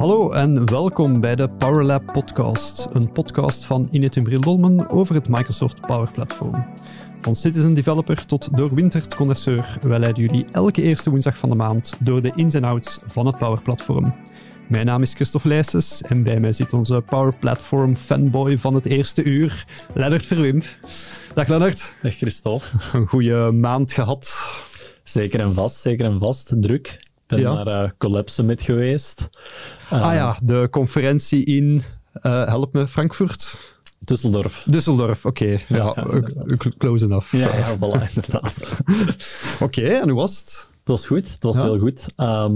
Hallo en welkom bij de PowerLab podcast, een podcast van Inet en Bril Dolmen over het Microsoft Power Platform. Van citizen developer tot doorwinterd connoisseur, wij leiden jullie elke eerste woensdag van de maand door de ins en outs van het Power Platform. Mijn naam is Christophe Leijsens en bij mij zit onze Power Platform fanboy van het eerste uur, Lennart Verwimp. Dag Lennart. Dag Christophe. Een goede maand gehad. Zeker en vast. Druk. Ik ben naar Collab Summit geweest. De conferentie in, help me, Frankfurt? Düsseldorf, oké. Close enough. Ja, voilà, inderdaad. Oké, en hoe was het? Het was goed, het was heel goed.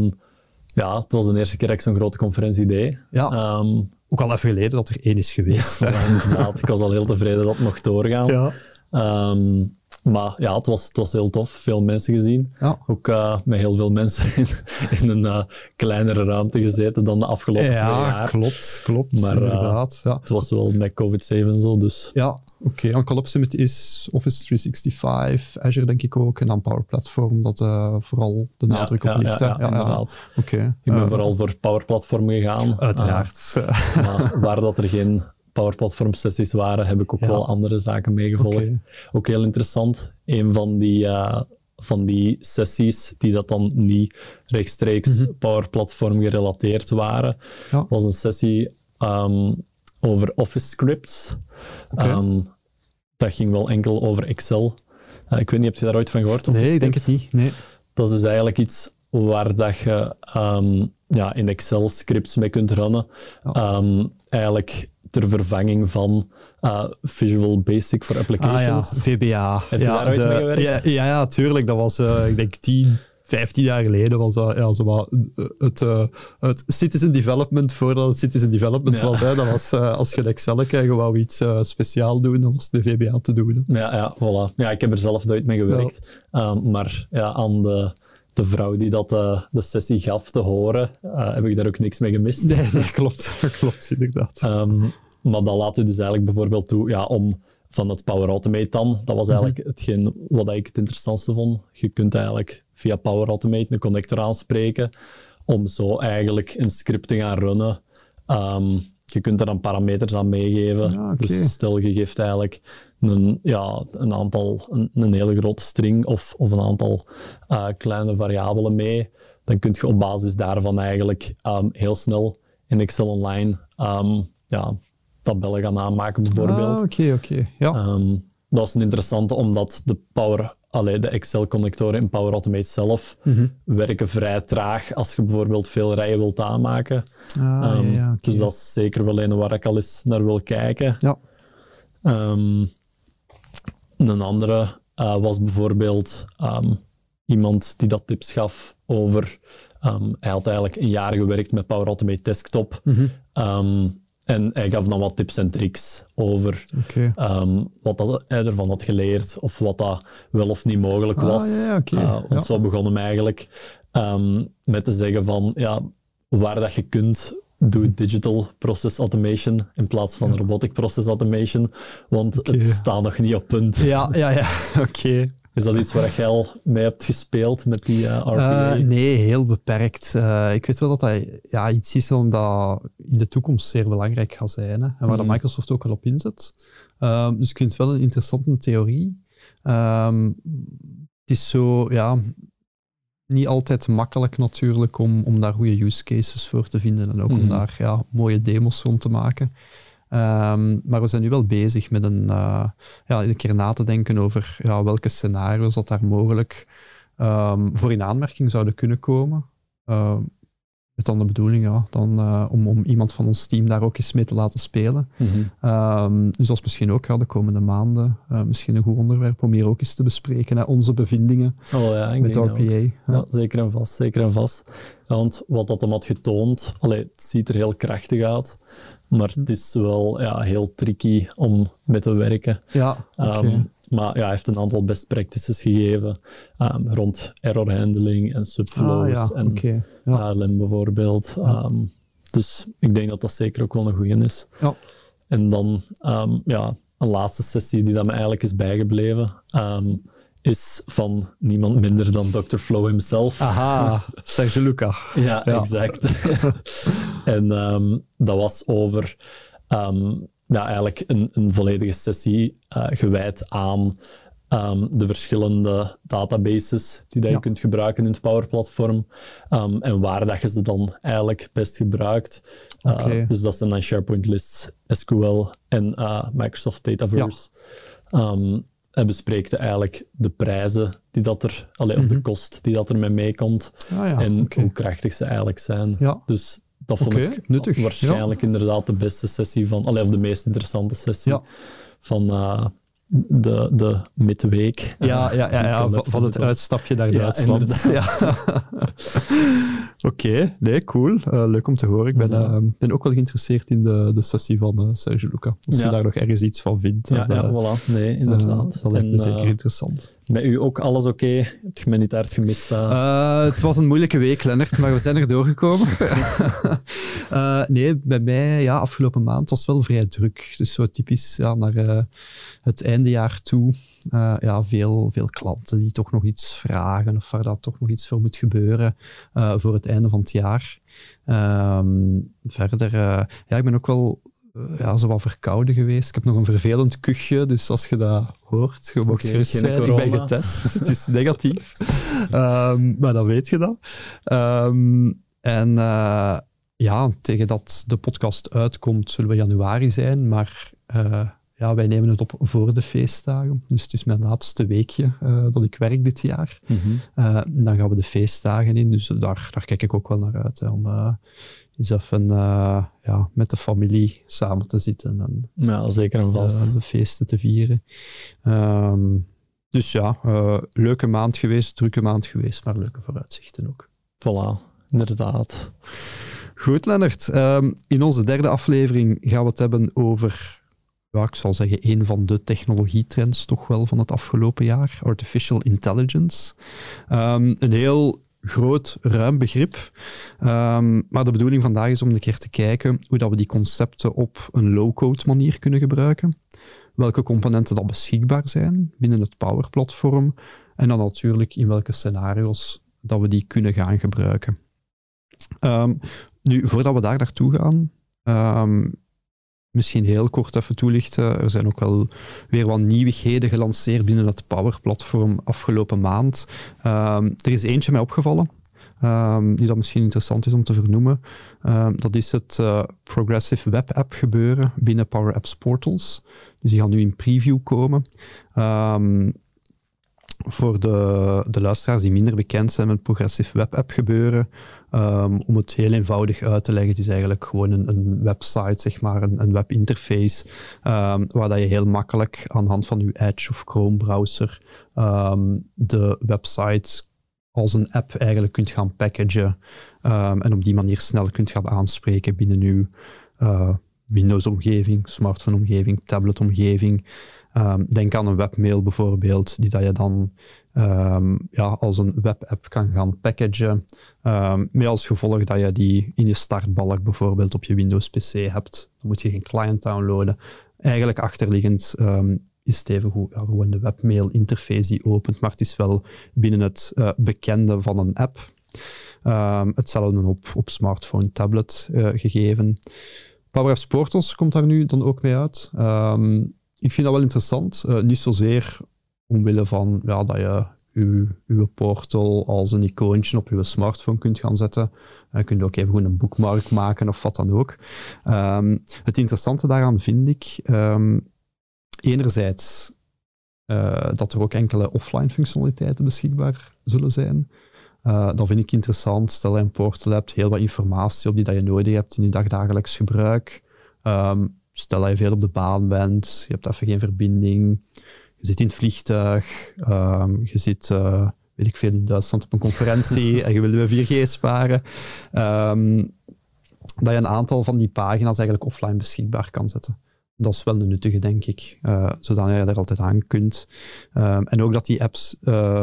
Het was de eerste keer dat ik zo'n grote conferentie deed. Ja. Ook al even geleden dat er één is geweest. Ja, inderdaad. Ik was al heel tevreden dat het mocht doorgaan. Ja. Maar ja, het was heel tof. Veel mensen gezien. Ja. Ook met heel veel mensen in een kleinere ruimte gezeten dan de afgelopen 2 jaar. Ja, klopt. Maar inderdaad. Het was wel met COVID-7 en zo, dus... Ja, oké. Collab Summit is Office 365, Azure denk ik ook, en dan Power Platform, dat vooral de nadruk op ligt. Ja, inderdaad. Okay. Ik ben vooral voor Power Platform gegaan. Uiteraard. Maar waar dat er geen Power Platform sessies waren, heb ik ook wel andere zaken meegevolgd. Okay. Ook heel interessant. Een van die sessies die dat dan niet rechtstreeks Power Platform gerelateerd waren, was een sessie over Office scripts. Okay. Dat ging wel enkel over Excel. Ik weet niet, heb je daar ooit van gehoord? Nee, ik denk het niet. Nee. Dat is dus eigenlijk iets waar dat je in Excel scripts mee kunt runnen. Eigenlijk ter vervanging van Visual Basic for Applications. VBA. Heb je daar ooit mee gewerkt? Ja, tuurlijk. Dat was, ik denk, 15 jaar geleden was dat het citizen development voordat het citizen development was. Hè. Dat was als je Excel je wou iets speciaal doen, dan was het de VBA te doen. Hè. Ja, voilà. Ja, ik heb er zelf nooit mee gewerkt. Maar aan de vrouw die dat de sessie gaf te horen, heb ik daar ook niks mee gemist. Nee, klopt inderdaad. Maar dat laat u dus eigenlijk bijvoorbeeld toe om van het Power Automate dan. Dat was eigenlijk hetgeen wat ik het interessantste vond. Je kunt eigenlijk via Power Automate een connector aanspreken om zo eigenlijk een script te gaan runnen. Je kunt er dan parameters aan meegeven. Ja, okay. Dus stel, je geeft eigenlijk een hele grote string of een aantal kleine variabelen mee. Dan kun je op basis daarvan eigenlijk heel snel in Excel Online tabellen gaan aanmaken, bijvoorbeeld. Oké. Ja. Dat is een interessante, omdat de Excel-connectoren in Power Automate zelf werken vrij traag als je bijvoorbeeld veel rijen wilt aanmaken. Okay. Dus dat is zeker wel een waar ik al eens naar wil kijken. Ja. Een andere was bijvoorbeeld iemand die dat tips gaf over... hij had eigenlijk een jaar gewerkt met Power Automate Desktop. En hij gaf dan wat tips en tricks over wat hij ervan had geleerd of wat dat wel of niet mogelijk was. Want zo begon hem eigenlijk met te zeggen van waar dat je kunt, doe digital process automation in plaats van robotic process automation, want het staat nog niet op punt. Ja. Oké. Is dat iets waar jij al mee hebt gespeeld met die RPA? Nee, heel beperkt. Ik weet wel dat iets is dat in de toekomst zeer belangrijk gaat zijn. Hè? En waar Microsoft ook al op inzet. Dus ik vind het wel een interessante theorie. Het is zo, niet altijd makkelijk natuurlijk om daar goede use cases voor te vinden en ook om daar mooie demos rond te maken. Maar we zijn nu wel bezig met een keer na te denken over welke scenario's dat daar mogelijk voor in aanmerking zouden kunnen komen. Met dan de bedoeling om iemand van ons team daar ook eens mee te laten spelen. Dus dat is misschien ook de komende maanden misschien een goed onderwerp om hier ook eens te bespreken. Onze bevindingen met RPA. Ja, zeker en vast. Ja, want wat dat hem had getoond, het ziet er heel krachtig uit, maar het is wel heel tricky om mee te werken. Ja, maar hij heeft een aantal best practices gegeven rond error handling en subflows en ALM bijvoorbeeld. Dus ik denk dat dat zeker ook wel een goeie is. Ja. En dan een laatste sessie die dat me eigenlijk is bijgebleven, is van niemand minder dan Dr. Flow himself. Aha, Serge Luca. Ja, exact. En dat was over eigenlijk een volledige sessie gewijd aan de verschillende databases die dat je kunt gebruiken in het Power Platform en waar dat je ze dan eigenlijk best gebruikt. Dus dat zijn dan SharePoint Lists, SQL en Microsoft Dataverse. En bespreekt eigenlijk de prijzen die dat er, of de kost die dat ermee meekomt en hoe krachtig ze eigenlijk zijn. Ja. Dus dat vond ik nuttig. Waarschijnlijk inderdaad de beste sessie van, of de meest interessante sessie van de midweek. Van het uitstapje naar Duitsland. Oké, nee, cool. Leuk om te horen. Ik ben ook wel geïnteresseerd in de sessie van Serge Luca. Als je daar nog ergens iets van vindt. Voilà. Nee, inderdaad. Dat lijkt me zeker interessant. Met u ook alles oké? Heb je mij niet hard gemist? Het was een moeilijke week, Lennart, maar we zijn er doorgekomen. Nee, bij mij, afgelopen maand was wel vrij druk. Dus zo typisch naar het eindejaar toe. Veel klanten die toch nog iets vragen of waar dat toch nog iets voor moet gebeuren voor het einde van het jaar. Verder, ik ben ook wel zo wat verkouden geweest. Ik heb nog een vervelend kuchje, dus als je dat hoort, je mag gerust zijn. Ik ben getest, het is negatief. Maar dan weet je dat. Tegen dat de podcast uitkomt, zullen we januari zijn, maar wij nemen het op voor de feestdagen. Dus het is mijn laatste weekje dat ik werk dit jaar. Dan gaan we de feestdagen in, dus daar kijk ik ook wel naar uit. Om eens even met de familie samen te zitten en zeker en vast. De feesten te vieren. Leuke maand geweest, drukke maand geweest, maar leuke vooruitzichten ook. Voilà, inderdaad. Goed, Lennart. In onze derde aflevering gaan we het hebben over, ik zal zeggen, een van de technologietrends toch wel van het afgelopen jaar, artificial intelligence. Een heel groot, ruim begrip. Maar de bedoeling vandaag is om een keer te kijken hoe dat we die concepten op een low-code manier kunnen gebruiken. Welke componenten dat beschikbaar zijn binnen het Power Platform. En dan natuurlijk in welke scenario's dat we die kunnen gaan gebruiken. Nu, voordat we daar naartoe gaan, misschien heel kort even toelichten. Er zijn ook wel weer wat nieuwigheden gelanceerd binnen het Power Platform afgelopen maand. Er is eentje mij opgevallen, die dat misschien interessant is om te vernoemen. Dat is het Progressive Web App gebeuren binnen Power Apps Portals. Dus die gaan nu in preview komen. Voor de luisteraars die minder bekend zijn met Progressive Web App gebeuren, om het heel eenvoudig uit te leggen, het is eigenlijk gewoon een website, zeg maar, een webinterface, waar dat je heel makkelijk aan de hand van je Edge of Chrome browser de website als een app eigenlijk kunt gaan packagen en op die manier snel kunt gaan aanspreken binnen je Windows-omgeving, smartphone-omgeving, tablet-omgeving. Denk aan een webmail bijvoorbeeld, die dat je dan als een webapp kan gaan packagen, met als gevolg dat je die in je startbalk bijvoorbeeld op je Windows-PC hebt. Dan moet je geen client downloaden. Eigenlijk achterliggend is het even goed, gewoon de webmail-interface die opent, maar het is wel binnen het bekende van een app. Hetzelfde op smartphone, tablet gegeven. Power Apps Portals komt daar nu dan ook mee uit. Ik vind dat wel interessant. Niet zozeer omwille van dat je uw portal als een icoontje op je smartphone kunt gaan zetten. Je kunt ook even gewoon een bookmark maken of wat dan ook. Het interessante daaraan vind ik enerzijds dat er ook enkele offline functionaliteiten beschikbaar zullen zijn. Dat vind ik interessant. Stel je een portal hebt, heel wat informatie op die dat je nodig hebt in je dagdagelijks gebruik. Stel dat je veel op de baan bent, je hebt even geen verbinding, je zit in het vliegtuig, je zit, weet ik veel, in Duitsland op een conferentie en je wil je 4G sparen, dat je een aantal van die pagina's eigenlijk offline beschikbaar kan zetten. Dat is wel een nuttige, denk ik, zodat je er altijd aan kunt. En ook dat die apps,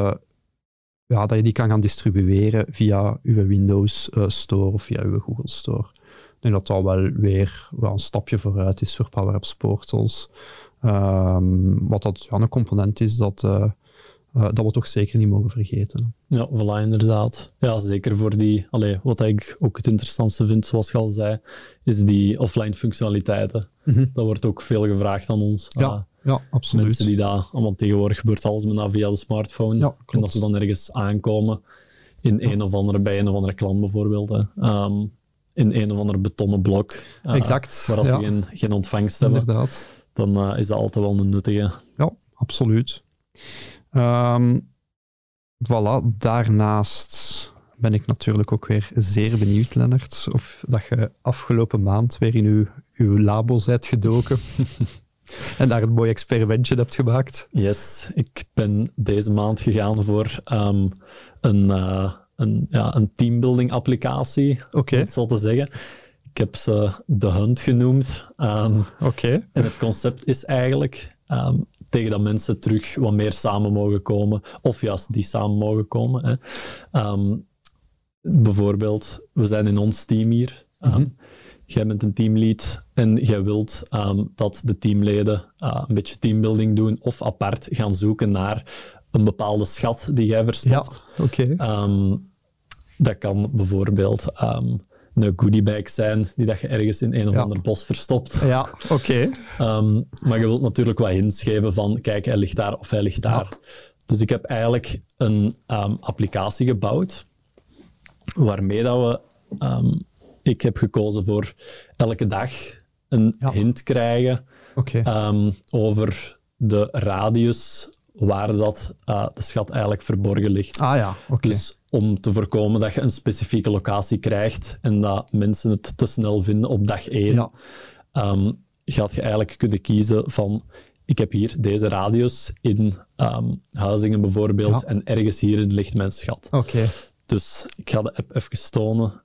dat je die kan gaan distribueren via je Windows Store of via je Google Store. Ik denk dat dat wel weer een stapje vooruit is voor Power Apps Portals. Wat dat een component is dat dat we toch zeker niet mogen vergeten. Ja, voilà, inderdaad. Ja, zeker voor die... wat ik ook het interessantste vind, zoals je al zei, is die offline functionaliteiten. Dat wordt ook veel gevraagd aan ons. Ja, absoluut. Mensen die dat... Want tegenwoordig gebeurt alles via de smartphone. Ja, en dat ze dan ergens aankomen in bij een of andere klant bijvoorbeeld. In een of ander betonnen blok. Exact. Waar als ze geen ontvangst hebben. Inderdaad. Dan is dat altijd wel een nuttige. Ja, absoluut. Voilà, daarnaast ben ik natuurlijk ook weer zeer benieuwd, Lennart, of dat je afgelopen maand weer in uw labo bent gedoken en daar een mooi experimentje hebt gemaakt. Yes, ik ben deze maand gegaan voor een teambuilding applicatie, om het zo te zeggen. Ik heb ze The Hunt genoemd. En het concept is eigenlijk tegen dat mensen terug wat meer samen mogen komen, of juist die samen mogen komen. Bijvoorbeeld, we zijn in ons team hier. Jij bent een teamlead en jij wilt dat de teamleden een beetje teambuilding doen of apart gaan zoeken naar een bepaalde schat die jij verstopt. Ja, dat kan bijvoorbeeld een goodiebag zijn die dat je ergens in een of ander bos verstopt. Ja, maar je wilt natuurlijk wat hints geven van, kijk, hij ligt daar of hij ligt daar. Ja. Dus ik heb eigenlijk een applicatie gebouwd waarmee dat we... ik heb gekozen voor elke dag een hint krijgen over de radius waar dat, de schat eigenlijk verborgen ligt. Dus om te voorkomen dat je een specifieke locatie krijgt en dat mensen het te snel vinden op dag 1, gaat je eigenlijk kunnen kiezen van ik heb hier deze radius in Huizingen bijvoorbeeld en ergens hierin ligt mijn schat. Dus ik ga de app even tonen.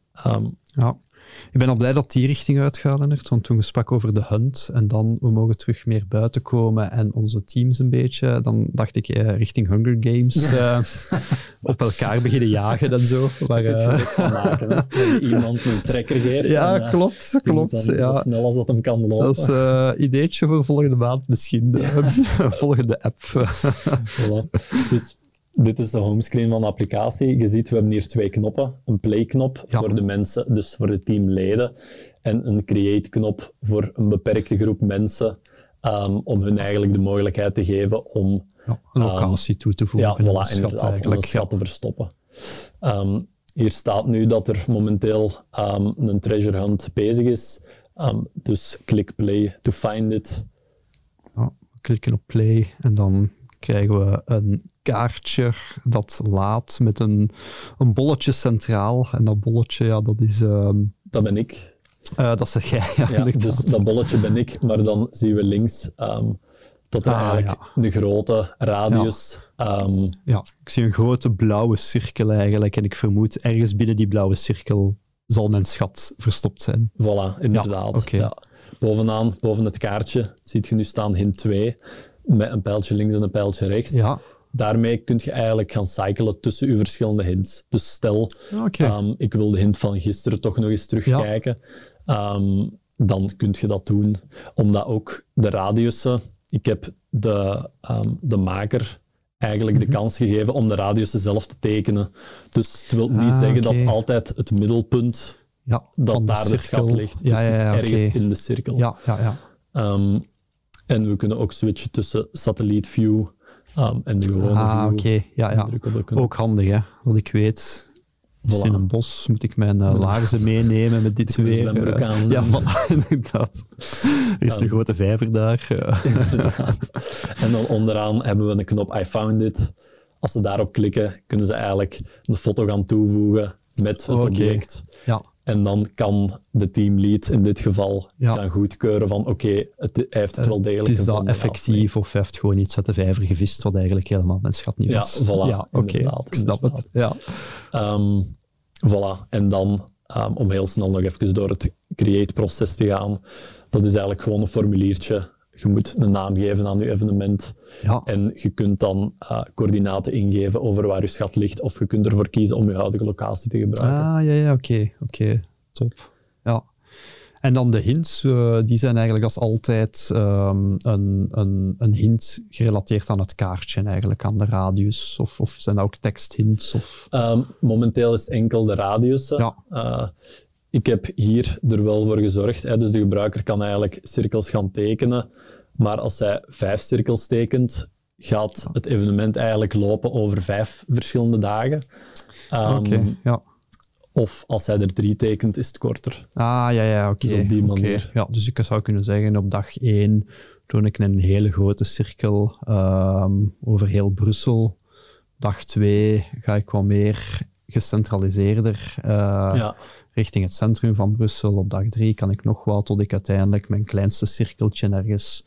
Ik ben al blij dat die richting uitgaat, Lennart, want toen we sprak over de Hunt en dan we mogen terug meer buiten komen en onze teams een beetje, dan dacht ik richting Hunger Games op elkaar beginnen jagen en zo. Daar kun je van maken, hè? Dat je iemand een trekker geeft. Ja, klopt. Zo snel als dat hem kan lopen. Dat is ideetje voor volgende maand misschien. Volgende app. Voilà. Dus dit is de homescreen van de applicatie. Je ziet, we hebben hier 2 knoppen. Een play-knop voor de mensen, dus voor de teamleden. En een create-knop voor een beperkte groep mensen, om hun eigenlijk de mogelijkheid te geven om... een locatie toe te voegen. Inderdaad, om een schat te verstoppen. Hier staat nu dat er momenteel een treasure hunt bezig is. Dus klik play to find it. Klikken op play en dan krijgen we een kaartje dat laat met een bolletje centraal. En dat bolletje, dat is... Dat ben ik. Dat zeg jij, dus dat bolletje ben ik, maar dan zien we links dat er eigenlijk de grote radius... ik zie een grote blauwe cirkel eigenlijk en ik vermoed ergens binnen die blauwe cirkel zal mijn schat verstopt zijn. Voilà, inderdaad. Boven het kaartje ziet je nu staan hint 2 met een pijltje links en een pijltje rechts. Daarmee kun je eigenlijk gaan cyclen tussen je verschillende hints. Dus stel, ik wil de hint van gisteren toch nog eens terugkijken. Dan kun je dat doen. Omdat ook de radiussen... Ik heb de maker eigenlijk de kans gegeven om de radiussen zelf te tekenen. Dus het wil niet zeggen dat altijd het middelpunt dat daar de schat ligt. Dus het is ergens in de cirkel. En we kunnen ook switchen tussen satellite view en de gewone view. Ook handig, hè? Wat ik weet. Dus in een bos moet ik mijn laarzen meenemen met dit weer. Inderdaad. Er is een grote vijver daar. Inderdaad. En dan onderaan hebben we een knop I found it. Als ze daarop klikken, kunnen ze eigenlijk een foto gaan toevoegen met het object. En dan kan de teamlead in dit geval gaan goedkeuren van hij heeft het wel degelijk gevonden. Het is dat effectief of hij heeft gewoon iets uit de vijver gevist wat eigenlijk helemaal mijn schat niet was. Inderdaad. Ik snap het. Voilà. En dan, om heel snel nog even door het create-proces te gaan, dat is eigenlijk gewoon een formuliertje. Je moet een naam geven aan je evenement en je kunt dan coördinaten ingeven over waar je schat ligt of je kunt ervoor kiezen om je huidige locatie te gebruiken. Oké. Top. Ja. En dan de hints, die zijn eigenlijk als altijd een hint gerelateerd aan het kaartje, eigenlijk aan de radius. Of zijn dat ook teksthints? Of... Momenteel is het enkel de radiussen. Ja. Ik heb hier er wel voor gezorgd. Dus de gebruiker kan eigenlijk cirkels gaan tekenen. Maar als hij 5 cirkels tekent, gaat het evenement eigenlijk lopen over 5 verschillende dagen. Oké, ja. Of als hij er 3 tekent, is het korter. Oké. Dus op die manier. Ja, dus ik zou kunnen zeggen, op dag 1 doe ik een hele grote cirkel over heel Brussel. Dag 2 ga ik wat meer gecentraliseerder richting het centrum van Brussel. Op dag 3 kan ik nog wat, tot ik uiteindelijk mijn kleinste cirkeltje ergens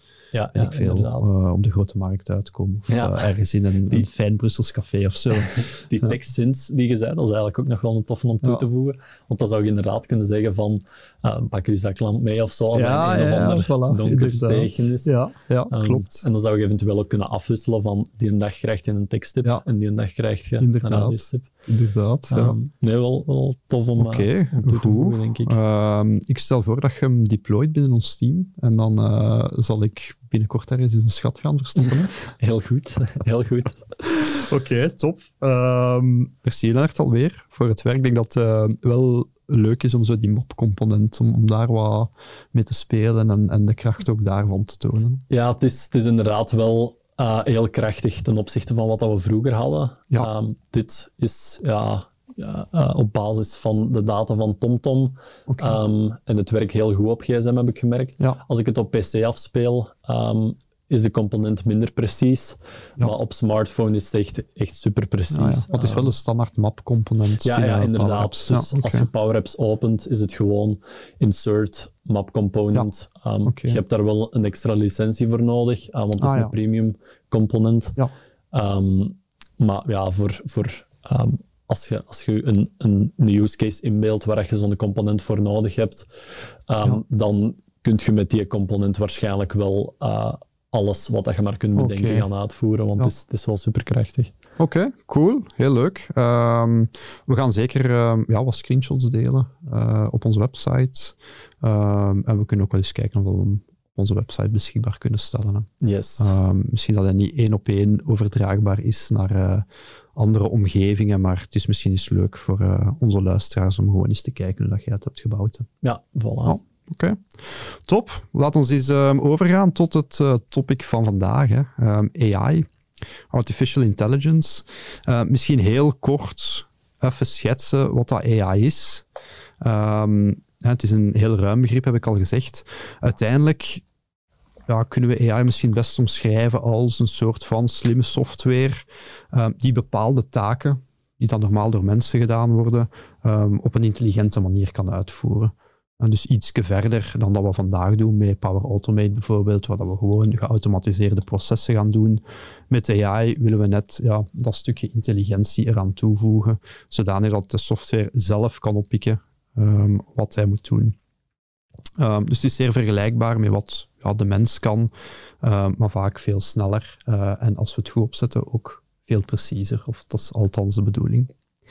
op de grote markt uitkom. Of ergens in een fijn Brussels café of zo. Die teksthints die je zei, dat is eigenlijk ook nog wel een toffe om toe te voegen. Want dan zou je inderdaad kunnen zeggen van pak je zaklamp mee of zo, als een of ander donker steegje is. Ja, klopt. En dan zou je eventueel ook kunnen afwisselen van die een dag krijg je een teksttip en die een dag krijg je een radiustip. Inderdaad, Nee, wel tof om toe te voegen, denk ik. Ik stel voor dat je hem deployt binnen ons team en dan zal ik binnenkort ergens in een schat gaan verstoppen. Heel goed, heel goed. Oké, top. Merci Lennart alweer voor het werk. Ik denk dat het wel leuk is om zo die map-component, om daar wat mee te spelen en de kracht ook daarvan te tonen. Ja, het is inderdaad wel heel krachtig ten opzichte van wat we vroeger hadden. Ja. Dit is op basis van de data van TomTom. En het werkt heel goed op gsm, heb ik gemerkt. Ja. Als ik het op pc afspeel, is de component minder precies. Ja. Maar op smartphone is het echt super precies. Maar het is wel een standaard map-component. Ja, inderdaad. Dus als je Power Apps opent, is het gewoon insert map component. Je hebt daar wel een extra licentie voor nodig, want het is een premium component. Ja. Maar ja, als je een use case inbeeldt waar je zo'n component voor nodig hebt, dan kun je met die component waarschijnlijk wel alles wat je maar kunt bedenken gaan uitvoeren, want het is wel superkrachtig. Oké, cool. Heel leuk. We gaan zeker wat screenshots delen op onze website. En we kunnen ook wel eens kijken of we hem op onze website beschikbaar kunnen stellen. Hè. Yes. Misschien dat hij niet 1-op-1 overdraagbaar is naar andere omgevingen, maar het is misschien eens leuk voor onze luisteraars om gewoon eens te kijken hoe dat jij het hebt gebouwd. Hè. Ja, voilà. Oké. Top. Laat ons eens overgaan tot het topic van vandaag. Hè. AI, Artificial Intelligence. Misschien heel kort even schetsen wat dat AI is. Het is een heel ruim begrip, heb ik al gezegd. Uiteindelijk kunnen we AI misschien best omschrijven als een soort van slimme software die bepaalde taken, die dan normaal door mensen gedaan worden, op een intelligente manier kan uitvoeren. En dus ietsje verder dan dat we vandaag doen met Power Automate bijvoorbeeld, waar we gewoon geautomatiseerde processen gaan doen. Met AI willen we net dat stukje intelligentie eraan toevoegen, zodanig dat de software zelf kan oppikken wat hij moet doen. Dus het is zeer vergelijkbaar met wat de mens kan, maar vaak veel sneller. En als we het goed opzetten, ook veel preciezer. Of dat is althans de bedoeling.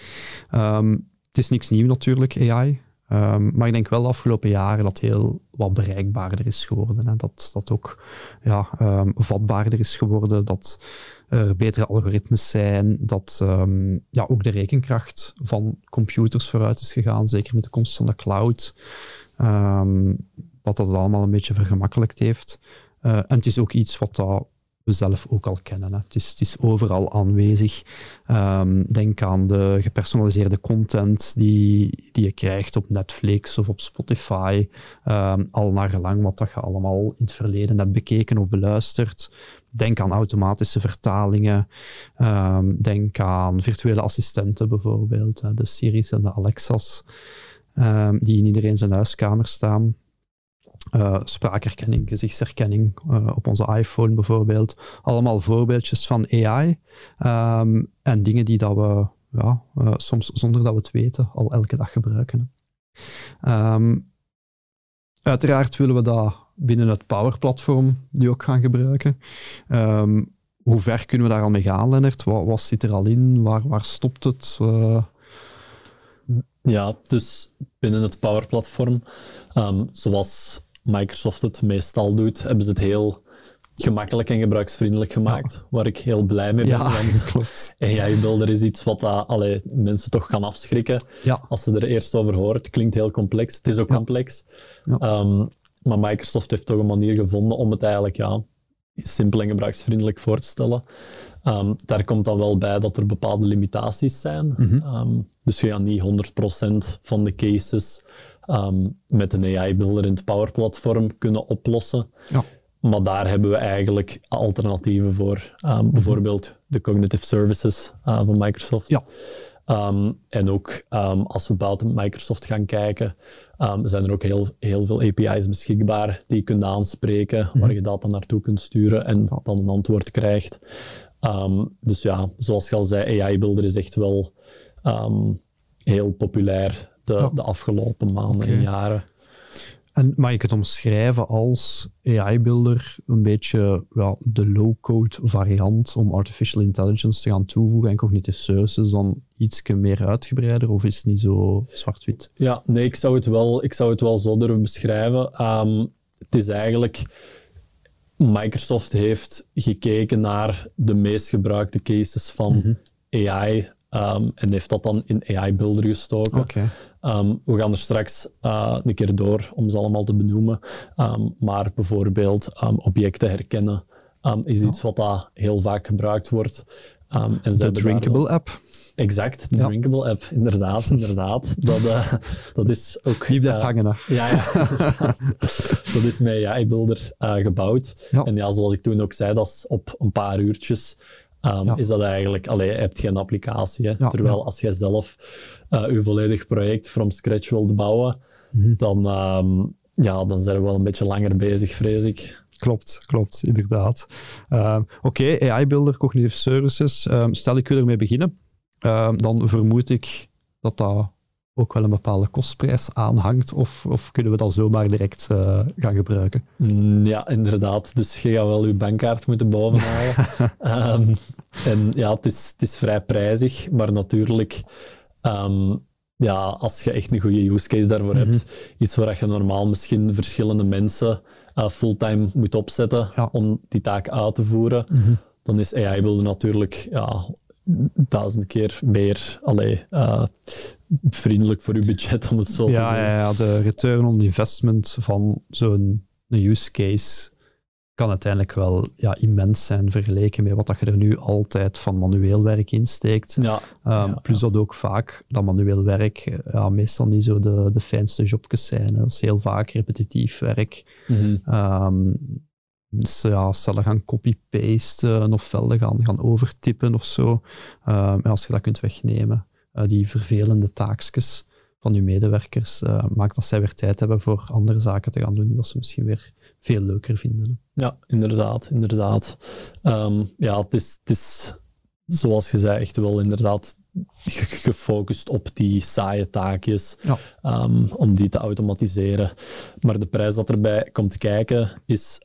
Het is niks nieuw natuurlijk, AI. Maar ik denk wel de afgelopen jaren dat heel wat bereikbaarder is geworden. Hè. Dat ook vatbaarder is geworden, dat er betere algoritmes zijn, dat ook de rekenkracht van computers vooruit is gegaan, zeker met de komst van de cloud. Dat het allemaal een beetje vergemakkelijkt heeft. En het is ook iets wat we zelf ook al kennen. Hè. Het is overal aanwezig. Denk aan de gepersonaliseerde content die je krijgt op Netflix of op Spotify. Al naar gelang wat dat je allemaal in het verleden hebt bekeken of beluisterd. Denk aan automatische vertalingen. Denk aan virtuele assistenten bijvoorbeeld. De Siri's en de Alexa's. Die in iedereen zijn huiskamer staan. Spraakherkenning, gezichtsherkenning op onze iPhone bijvoorbeeld. Allemaal voorbeeldjes van AI. En dingen die dat we soms zonder dat we het weten al elke dag gebruiken. Uiteraard willen we dat binnen het Power-platform nu ook gaan gebruiken. Hoe ver kunnen we daar al mee gaan, Lennart? Wat zit er al in? Waar stopt het? Ja, dus binnen het Power Platform, zoals Microsoft het meestal doet, hebben ze het heel gemakkelijk en gebruiksvriendelijk gemaakt, waar ik heel blij mee ben. Want klopt. AI Builder is iets wat mensen toch kan afschrikken als ze er eerst over horen. Het klinkt heel complex, het is ook complex. Ja. Maar Microsoft heeft toch een manier gevonden om het eigenlijk simpel en gebruiksvriendelijk voor te stellen. Daar komt dan wel bij dat er bepaalde limitaties zijn. Dus je gaat niet 100% van de cases met een AI-builder in het Power Platform kunnen oplossen. Ja. Maar daar hebben we eigenlijk alternatieven voor. Bijvoorbeeld de Cognitive Services van Microsoft. Ja. En ook als we buiten Microsoft gaan kijken, zijn er ook heel veel API's beschikbaar die je kunt aanspreken, waar je data naartoe kunt sturen en dan een antwoord krijgt. Dus ja, zoals je al zei, AI Builder is echt wel heel populair de afgelopen maanden en jaren. En mag ik het omschrijven als AI-builder een beetje de low-code variant om artificial intelligence te gaan toevoegen en cognitive services dan iets meer uitgebreider, of is het niet zo zwart-wit? Ja, nee, ik zou het wel zo durven beschrijven. Het is eigenlijk... Microsoft heeft gekeken naar de meest gebruikte cases van AI en heeft dat dan in AI Builder gestoken. Okay. We gaan er straks een keer door om ze allemaal te benoemen. Maar bijvoorbeeld objecten herkennen is iets wat heel vaak gebruikt wordt. De Drinkable app. Exact, de Drinkable app, inderdaad. Dat is ook... Die blijft hangen, hè? Ja. Dat is met AI Builder gebouwd. Ja. En ja, zoals ik toen ook zei, dat is op een paar uurtjes... is dat eigenlijk... je hebt geen applicatie. Hè? Terwijl als jij zelf je volledig project from scratch wilt bouwen, dan zijn we wel een beetje langer bezig, vrees ik. Klopt, inderdaad. Oké, AI Builder, Cognitive Services. Stel, ik wil ermee beginnen. Dan vermoed ik dat dat ook wel een bepaalde kostprijs aanhangt, of kunnen we dat zomaar direct gaan gebruiken? Ja, inderdaad. Dus je gaat wel je bankkaart moeten bovenhalen. En ja, het is vrij prijzig, maar natuurlijk, als je echt een goede use case daarvoor hebt, iets waar je normaal misschien verschillende mensen fulltime moet opzetten om die taak uit te voeren, dan is AI Builder natuurlijk 1000 keer meer vriendelijk voor je budget, om het zo te zeggen. Ja, de return on investment van zo'n use case kan uiteindelijk wel immens zijn vergeleken met wat je er nu altijd van manueel werk insteekt. Plus dat ook vaak dat manueel werk meestal niet zo de fijnste jobjes zijn. Hè. Dat is heel vaak repetitief werk. Dus cellen gaan copy-pasten of velden gaan overtypen of zo. Als je dat kunt wegnemen, die vervelende taakjes van je medewerkers, maakt dat zij weer tijd hebben voor andere zaken te gaan doen, die dat ze misschien weer veel leuker vinden. Hè. Ja, inderdaad. Het is, zoals je zei, echt wel inderdaad gefocust op die saaie taakjes, om die te automatiseren. Maar de prijs dat erbij komt kijken is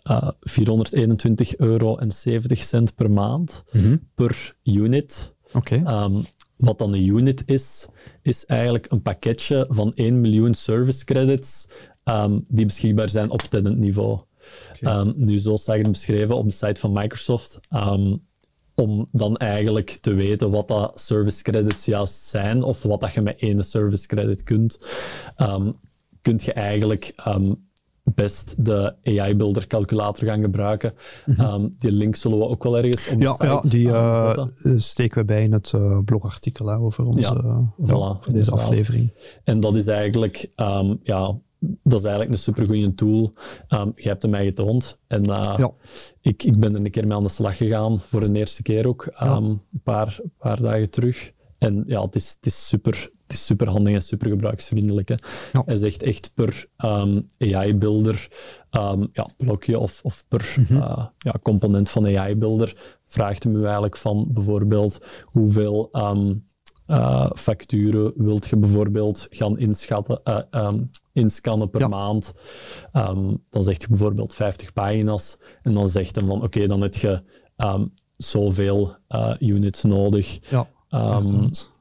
€421,70 per maand per unit. Okay. Wat dan een unit is eigenlijk een pakketje van 1 miljoen service credits die beschikbaar zijn op tenant niveau. Okay. Nu, zo staat het beschreven op de site van Microsoft. Om dan eigenlijk te weten wat dat service credits juist zijn, of wat dat je met één service credit kunt, kun je eigenlijk best de AI Builder calculator gaan gebruiken. Die link zullen we ook wel ergens op de site die steken we bij in het blogartikel over onze, voor deze aflevering. En dat is eigenlijk dat is eigenlijk een supergoeie tool. Je hebt hem mij getoond. En ik ben er een keer mee aan de slag gegaan, voor de eerste keer ook, een paar dagen terug. En ja, het is super handig en super gebruiksvriendelijk. Hè. Ja. Hij zegt echt per AI-builder, blokje of per component van AI-builder, vraagt hem u eigenlijk van bijvoorbeeld hoeveel facturen wilt je bijvoorbeeld gaan inscannen per maand. Dan zegt je bijvoorbeeld 50 pagina's en dan zegt hij van oké, dan heb je zoveel units nodig.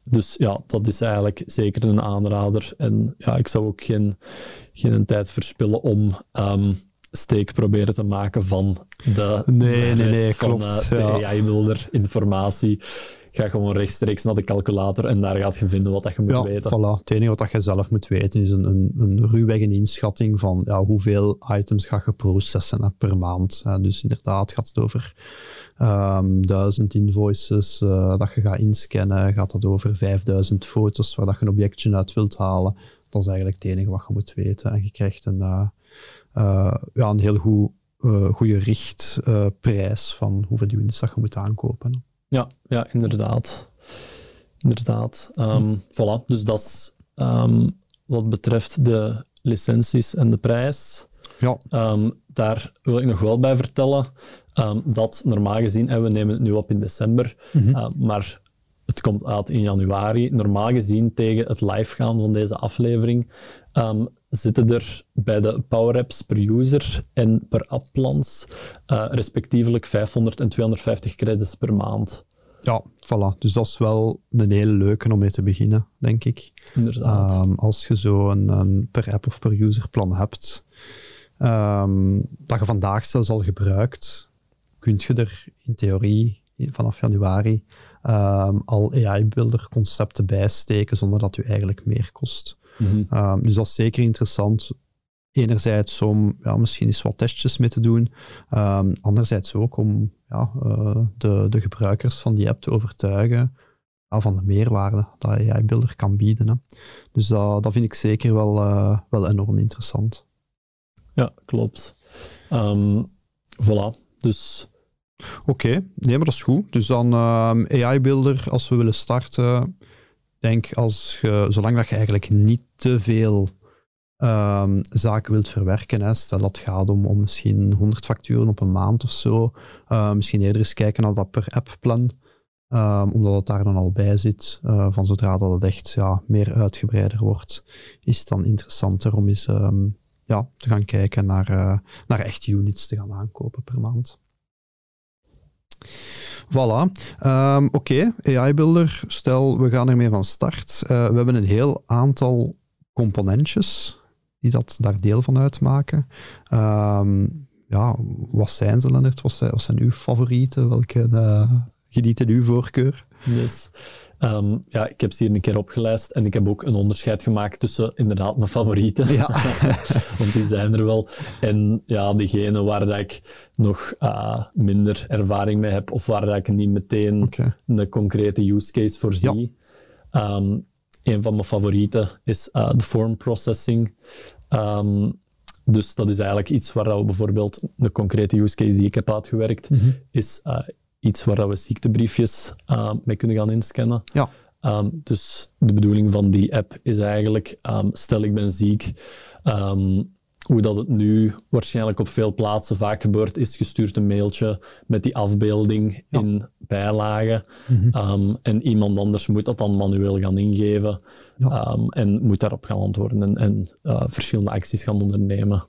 Dus ja, dat is eigenlijk zeker een aanrader. En ja, ik zou ook geen tijd verspillen om steek proberen te maken van de rest van klopt, de AI-builder informatie. Ga gewoon rechtstreeks naar de calculator en daar gaat je vinden wat dat je moet weten. Voilà. Het enige wat je zelf moet weten is een ruwweg een inschatting van hoeveel items ga je processen per maand. Dus inderdaad gaat het over 1000 invoices dat je gaat inscannen. Gaat het over 5000 foto's waar dat je een objectje uit wilt halen. Dat is eigenlijk het enige wat je moet weten. En je krijgt een heel goede richtprijs van hoeveel units dat je moet aankopen. Ja, inderdaad. Voilà, dus dat is wat betreft de licenties en de prijs. Ja. Daar wil ik nog wel bij vertellen dat normaal gezien, en we nemen het nu op in december, maar het komt uit in januari. Normaal gezien, tegen het live gaan van deze aflevering, zitten er bij de Power Apps per user en per appplans respectievelijk 500 en 250 credits per maand. Ja, voilà. Dus dat is wel een hele leuke om mee te beginnen, denk ik. Inderdaad. Als je zo een per app of per user plan hebt, dat je vandaag zelfs al gebruikt, kun je er in theorie vanaf januari al AI-builder concepten bijsteken zonder dat u eigenlijk meer kost. Dus dat is zeker interessant. Enerzijds om misschien eens wat testjes mee te doen. Anderzijds ook om de gebruikers van die app te overtuigen van de meerwaarde dat AI-builder kan bieden. Hè. Dus dat vind ik zeker wel enorm interessant. Ja, klopt. Voilà, dus... Oké, nee, maar dat is goed. Dus dan AI-builder, als we willen starten, denk zolang dat je eigenlijk niet te veel zaken wilt verwerken, hè, stel dat het gaat om misschien 100 facturen op een maand of zo, misschien eerder eens kijken naar dat per app plan, omdat het daar dan al bij zit. Van zodra dat het echt meer uitgebreider wordt, is het dan interessanter om eens te gaan kijken naar echt units te gaan aankopen per maand. Voilà. Oké, AI-builder, stel we gaan ermee van start. We hebben een heel aantal componentjes die daar deel van uitmaken. Wat zijn ze, Lennart? Wat zijn uw favorieten? Welke genieten uw voorkeur? Yes. Ik heb ze hier een keer opgelijst en ik heb ook een onderscheid gemaakt tussen inderdaad mijn favorieten. Ja. Want die zijn er wel. En diegene waar dat ik nog minder ervaring mee heb of waar dat ik niet meteen een concrete use case voor zie. Een van mijn favorieten is de form processing. Dus dat is eigenlijk iets waar we bijvoorbeeld de concrete use case die ik heb uitgewerkt, is iets waar we ziektebriefjes mee kunnen gaan inscannen. Ja. Dus de bedoeling van die app is eigenlijk, stel ik ben ziek, hoe dat het nu waarschijnlijk op veel plaatsen vaak gebeurt, is gestuurd een mailtje met die afbeelding in bijlagen. En iemand anders moet dat dan manueel gaan ingeven en moet daarop gaan antwoorden en verschillende acties gaan ondernemen.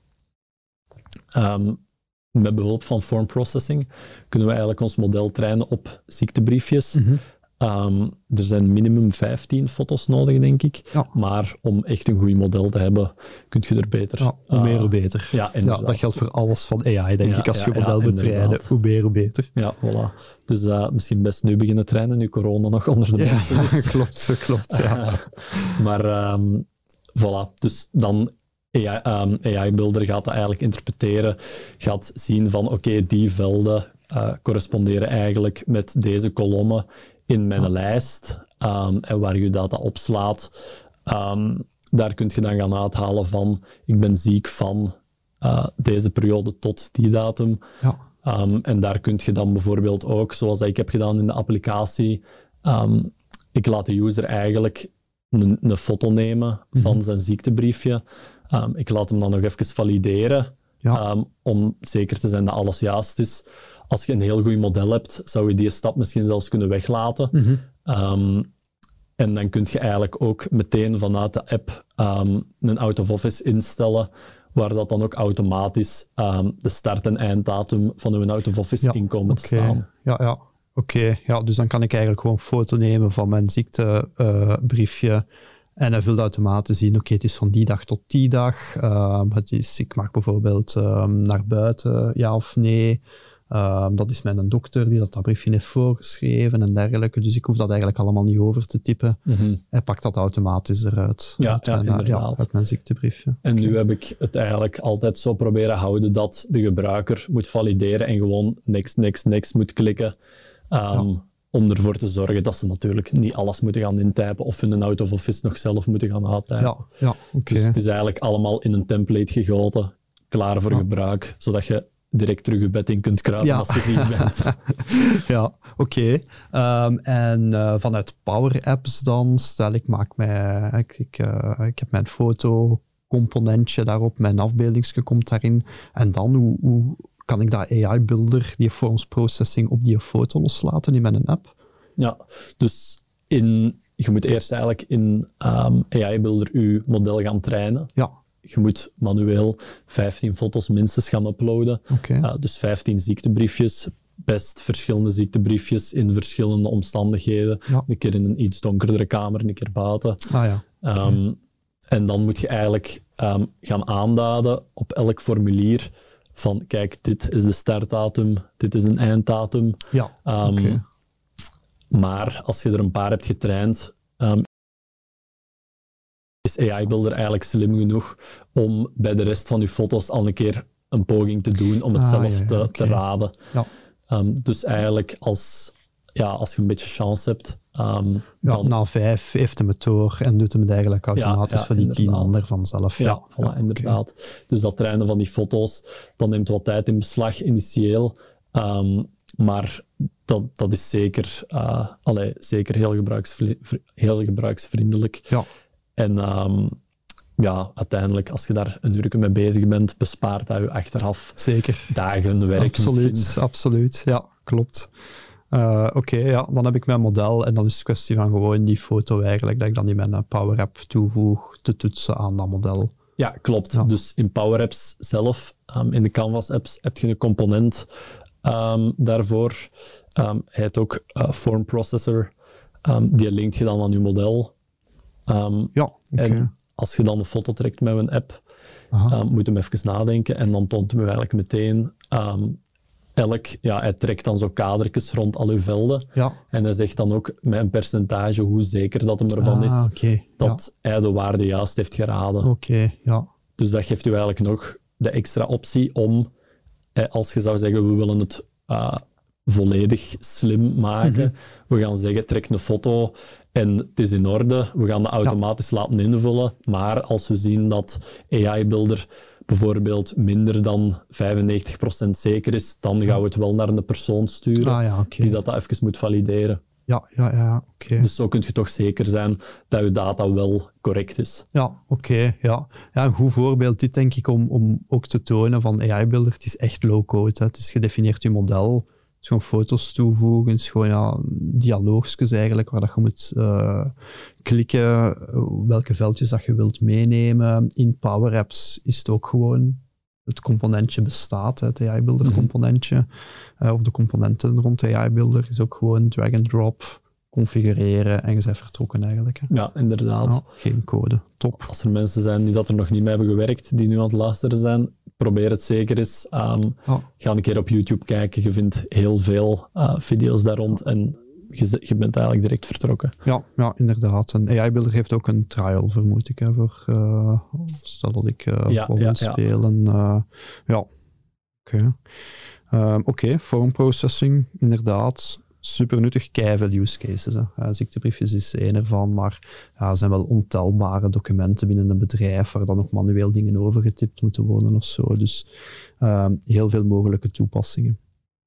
Met behulp van form processing kunnen we eigenlijk ons model trainen op ziektebriefjes. Er zijn minimum 15 foto's nodig, denk ik. Ja. Maar om echt een goed model te hebben, kun je er beter... Ja, hoe meer, hoe beter. Ja, dat geldt voor alles van AI, denk ik. Als je model moet trainen, hoe meer, hoe beter. Ja, voilà. Dus misschien best nu beginnen trainen, nu corona nog onder de mensen is. Klopt. Ja. Maar voilà, dus dan... AI-builder gaat dat eigenlijk interpreteren, gaat zien van oké, die velden corresponderen eigenlijk met deze kolommen in mijn lijst en waar je data opslaat. Daar kun je dan gaan uithalen van ik ben ziek van deze periode tot die datum. Ja. En daar kun je dan bijvoorbeeld ook, zoals ik heb gedaan in de applicatie, ik laat de user eigenlijk een foto nemen van zijn ziektebriefje. Ik laat hem dan nog even valideren, om zeker te zijn dat alles juist is. Als je een heel goed model hebt, zou je die stap misschien zelfs kunnen weglaten. En dan kun je eigenlijk ook meteen vanuit de app een out-of-office instellen, waar dat dan ook automatisch de start- en einddatum van uw out-of-office inkomen te staan. Ja. Oké. Ja, dus dan kan ik eigenlijk gewoon een foto nemen van mijn ziektebriefje en hij vult automatisch in, oké, het is van die dag tot die dag. Ik mag bijvoorbeeld naar buiten, ja of nee. Dat is mijn dokter die dat briefje heeft voorgeschreven en dergelijke. Dus ik hoef dat eigenlijk allemaal niet over te typen. Hij pakt dat automatisch eruit. Uit mijn ziektebriefje. En nu heb ik het eigenlijk altijd zo proberen houden dat de gebruiker moet valideren en gewoon next moet klikken. Om ervoor te zorgen dat ze natuurlijk niet alles moeten gaan intypen of hun out of office nog zelf moeten gaan uittypen. Dus het is eigenlijk allemaal in een template gegoten, klaar voor gebruik, zodat je direct terug je bed in kunt kruipen als je ziek bent. Oké. En vanuit Power Apps dan, stel ik heb mijn fotocomponentje daarop, mijn afbeeldingsje komt daarin. En dan, hoe kan ik dat AI-builder, die forms processing, op die foto loslaten in mijn app? Ja, dus je moet eerst eigenlijk in AI-builder je model gaan trainen. Ja. Je moet manueel 15 foto's minstens gaan uploaden. Dus 15 ziektebriefjes, best verschillende ziektebriefjes in verschillende omstandigheden. Een keer in een iets donkerdere kamer, een keer buiten. En dan moet je eigenlijk gaan aanduiden op elk formulier van kijk, dit is de startdatum, dit is een einddatum. Maar als je er een paar hebt getraind, is AI-builder eigenlijk slim genoeg om bij de rest van je foto's al een keer een poging te doen om het zelf te raden. Dus eigenlijk als je een beetje chance hebt... dan... Na 5 heeft hem het door en doet hem het eigenlijk automatisch voor die 10 anderen vanzelf. Inderdaad. Dus dat trainen van die foto's, dat neemt wat tijd in beslag initieel. Maar dat is zeker, zeker heel gebruiksvriendelijk. En uiteindelijk, als je daar een uur mee bezig bent, bespaart dat je achteraf dagen werk. Absoluut. Ja, klopt. Dan heb ik mijn model en dan is het kwestie van gewoon die foto eigenlijk, dat ik dan in mijn Power App toevoeg, te toetsen aan dat model. Ja, klopt. Dus in Power Apps zelf, in de Canvas apps, heb je een component daarvoor. Hij heet ook Form Processor. Die linkt je dan aan je model. En als je dan een foto trekt met een app, moet je hem even nadenken en dan toont hij eigenlijk meteen hij trekt dan zo kadertjes rond al uw velden. En hij zegt dan ook met een percentage hoe zeker dat hem ervan is dat hij de waarde juist heeft geraden. Dus dat geeft u eigenlijk nog de extra optie om, als je zou zeggen, we willen het volledig slim maken. We gaan zeggen, trek een foto en het is in orde. We gaan dat automatisch laten invullen. Maar als we zien dat AI-builder bijvoorbeeld minder dan 95% zeker is, dan gaan we het wel naar een persoon sturen die dat even moet valideren. Dus zo kun je toch zeker zijn dat je data wel correct is. Een goed voorbeeld dit denk ik om ook te tonen van AI-builder, het is echt low-code. Het is gedefinieerd je model, het is gewoon foto's toevoegen, het is gewoon dialoogjes eigenlijk, waar dat je moet klikken, welke veldjes dat je wilt meenemen. In Power Apps is het ook gewoon, het componentje bestaat, het AI-builder componentje, of de componenten rond AI-builder is ook gewoon drag and drop, configureren en je bent vertrokken eigenlijk. Ja, inderdaad. Geen code. Top. Als er mensen zijn die dat er nog niet mee hebben gewerkt, die nu aan het luisteren zijn, probeer het zeker eens. Ga een keer op YouTube kijken. Je vindt heel veel video's daar rond en je bent eigenlijk direct vertrokken. Ja, inderdaad. En AI-builder heeft ook een trial, vermoed ik, voor stel dat ik wil spelen. Oké, form processing, inderdaad. Super nuttig, keiveel use cases. Ziektebriefjes is één ervan, maar er zijn wel ontelbare documenten binnen een bedrijf waar dan ook manueel dingen overgetipt moeten worden of zo. Dus heel veel mogelijke toepassingen.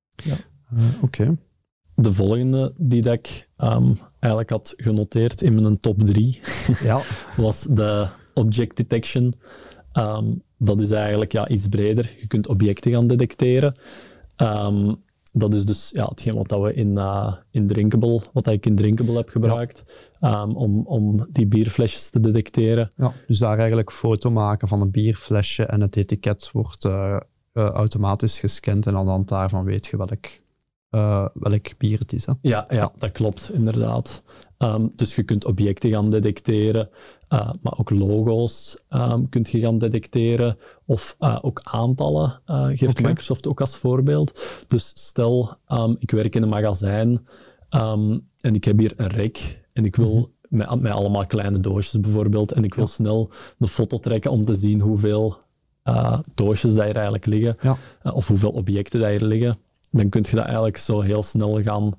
De volgende die dat ik eigenlijk had genoteerd in mijn top 3 was de object detection. Dat is eigenlijk iets breder. Je kunt objecten gaan detecteren. Dat is dus hetgeen wat we in Drinkable, wat ik in Drinkable heb gebruikt, om die bierflesjes te detecteren. Dus daar eigenlijk foto maken van een bierflesje en het etiket wordt automatisch gescand en aan de hand daarvan weet je welk welk bier het is. Hè? Ja, dat klopt, inderdaad. Dus je kunt objecten gaan detecteren, maar ook logo's kunt je gaan detecteren, of ook aantallen geeft Microsoft ook als voorbeeld. Dus stel, ik werk in een magazijn en ik heb hier een rek en ik wil met allemaal kleine doosjes bijvoorbeeld, en ik wil snel een foto trekken om te zien hoeveel doosjes dat hier eigenlijk liggen, of hoeveel objecten dat hier liggen. Dan kun je dat eigenlijk zo heel snel gaan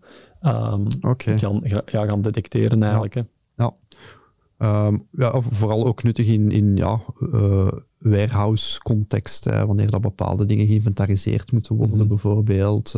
detecteren eigenlijk. Vooral ook nuttig in warehouse-context, wanneer dat bepaalde dingen geïnventariseerd moeten worden, bijvoorbeeld.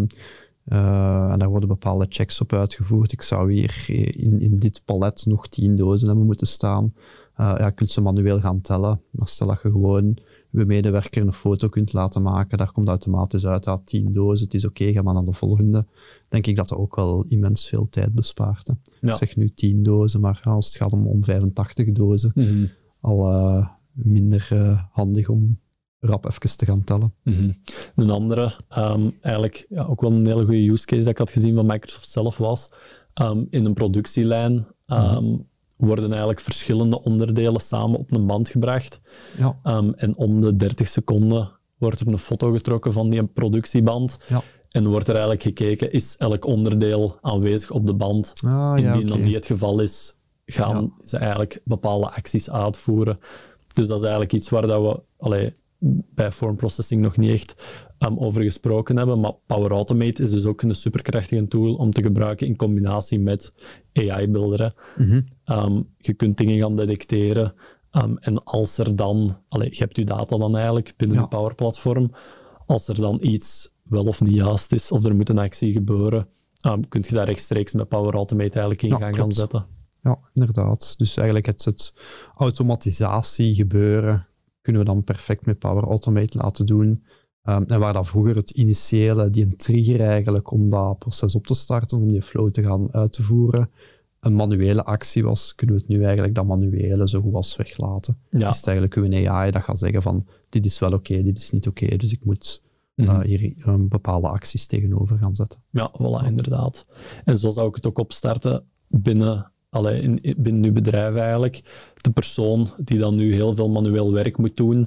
En daar worden bepaalde checks op uitgevoerd. Ik zou hier in dit palet nog 10 dozen hebben moeten staan. Je kunt ze manueel gaan tellen, maar stel dat je gewoon je medewerker een foto kunt laten maken, daar komt automatisch uit, 10 dozen, het is oké, ga maar naar de volgende. Denk ik dat dat ook wel immens veel tijd bespaart. Hè. Ik zeg nu 10 dozen, maar als het gaat om 85 dozen, al minder handig om rap even te gaan tellen. Een andere, eigenlijk ook wel een hele goede use case dat ik had gezien van Microsoft zelf was, in een productielijn worden eigenlijk verschillende onderdelen samen op een band gebracht. En om de 30 seconden wordt er een foto getrokken van die productieband. En wordt er eigenlijk gekeken, is elk onderdeel aanwezig op de band? Indien dat niet het geval is, gaan ze eigenlijk bepaalde acties uitvoeren. Dus dat is eigenlijk iets waar dat we bij form processing nog niet echt over gesproken hebben. Maar Power Automate is dus ook een superkrachtige tool om te gebruiken in combinatie met AI-builder. Je kunt dingen gaan detecteren. En als er dan... je hebt je data dan eigenlijk binnen een Power-platform. Als er dan iets wel of niet juist is, of er moet een actie gebeuren, kun je daar rechtstreeks met Power Automate eigenlijk in gaan zetten. Ja, inderdaad. Dus eigenlijk het automatisatie gebeuren kunnen we dan perfect met Power Automate laten doen. En waar dan vroeger het initiële, die een trigger eigenlijk om dat proces op te starten, om die flow te gaan uit te voeren, een manuele actie was, kunnen we het nu eigenlijk dat manuele zo goed als weglaten. Is het eigenlijk uw AI dat gaat zeggen van, dit is wel oké, dit is niet oké, dus ik moet hier bepaalde acties tegenover gaan zetten. Ja, voilà, inderdaad. En zo zou ik het ook opstarten binnen uw bedrijf eigenlijk. De persoon die dan nu heel veel manueel werk moet doen.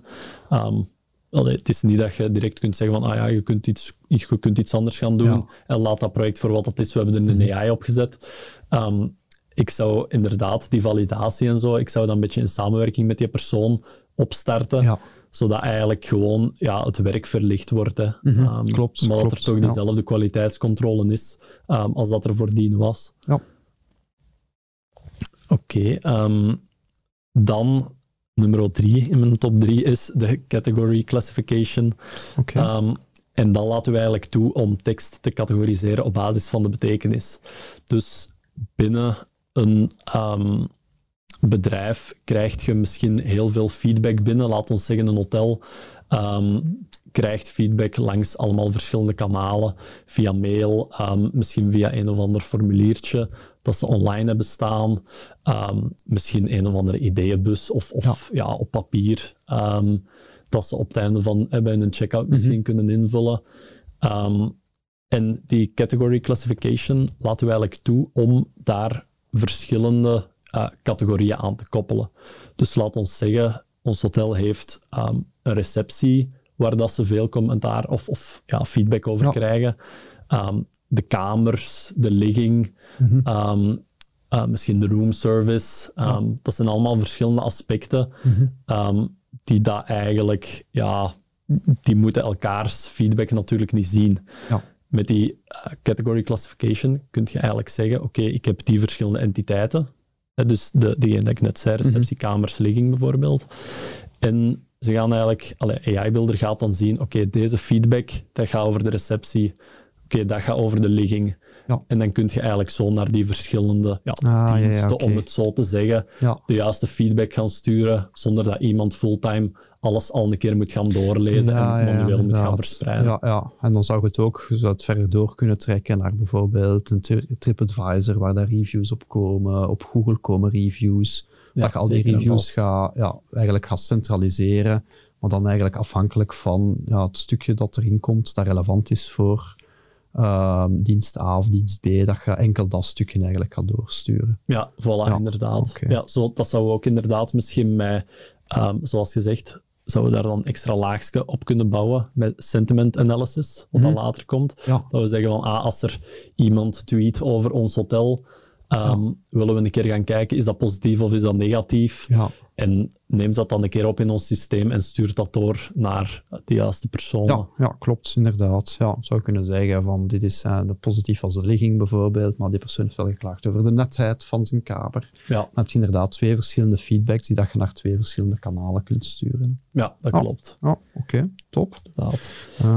Het is niet dat je direct kunt zeggen van je kunt iets anders gaan doen en laat dat project voor wat het is. We hebben er een AI op gezet. Ik zou inderdaad die validatie en zo, ik zou dat een beetje in samenwerking met die persoon opstarten. Zodat eigenlijk gewoon het werk verlicht wordt. Hè. Klopt. Maar dat er toch dezelfde kwaliteitscontrole is als dat er voordien was. Oké, dan nummer 3 in mijn top 3 is de category classification. En dan laten we eigenlijk toe om tekst te categoriseren op basis van de betekenis. Dus binnen een bedrijf krijg je misschien heel veel feedback binnen. Laat ons zeggen, een hotel krijgt feedback langs allemaal verschillende kanalen, via mail, misschien via een of ander formuliertje dat ze online hebben staan, misschien een of andere ideeënbus of op papier, dat ze op het einde van bij een checkout misschien kunnen invullen. En die category classification laten we eigenlijk toe om daar verschillende categorieën aan te koppelen. Dus laat ons zeggen, ons hotel heeft een receptie waar dat ze veel commentaar of feedback over krijgen. De kamers, de ligging, misschien de room service. Dat zijn allemaal verschillende aspecten die dat eigenlijk, die moeten elkaars feedback natuurlijk niet zien. Met die category classification kun je eigenlijk zeggen, oké, ik heb die verschillende entiteiten. Dus degene dat ik net zei, receptie, kamers, ligging bijvoorbeeld. En ze gaan eigenlijk, AI-builder gaat dan zien, oké, deze feedback, dat gaat over de receptie. Oké, dat gaat over de ligging. En dan kun je eigenlijk zo naar die verschillende diensten, om het zo te zeggen, de juiste feedback gaan sturen, zonder dat iemand fulltime alles al een keer moet gaan doorlezen en manueel moet gaan verspreiden. En dan zou je het ook verder door kunnen trekken naar bijvoorbeeld een TripAdvisor, waar daar reviews op komen, op Google komen reviews. Dat je al die reviews eigenlijk gaat centraliseren, maar dan eigenlijk afhankelijk van het stukje dat erin komt, dat relevant is voor dienst A of dienst B, dat je enkel dat stukje eigenlijk gaat doorsturen. Ja, voilà, inderdaad. Okay. Ja, dat zou ook inderdaad misschien met, zoals gezegd, zouden we daar dan extra laagje op kunnen bouwen met sentiment analysis, wat dan later komt. Ja. Dat we zeggen van, als er iemand tweet over ons hotel, willen we een keer gaan kijken, is dat positief of is dat negatief? Ja. En neemt dat dan een keer op in ons systeem en stuurt dat door naar de juiste personen. Ja, klopt, inderdaad. Ja, zou kunnen zeggen van dit is de positief als de ligging bijvoorbeeld, maar die persoon heeft wel geklaagd over de netheid van zijn kamer. Ja. Dan heb je inderdaad 2 verschillende feedbacks die dat je naar 2 verschillende kanalen kunt sturen. Ja, dat klopt. Oké, top. Inderdaad.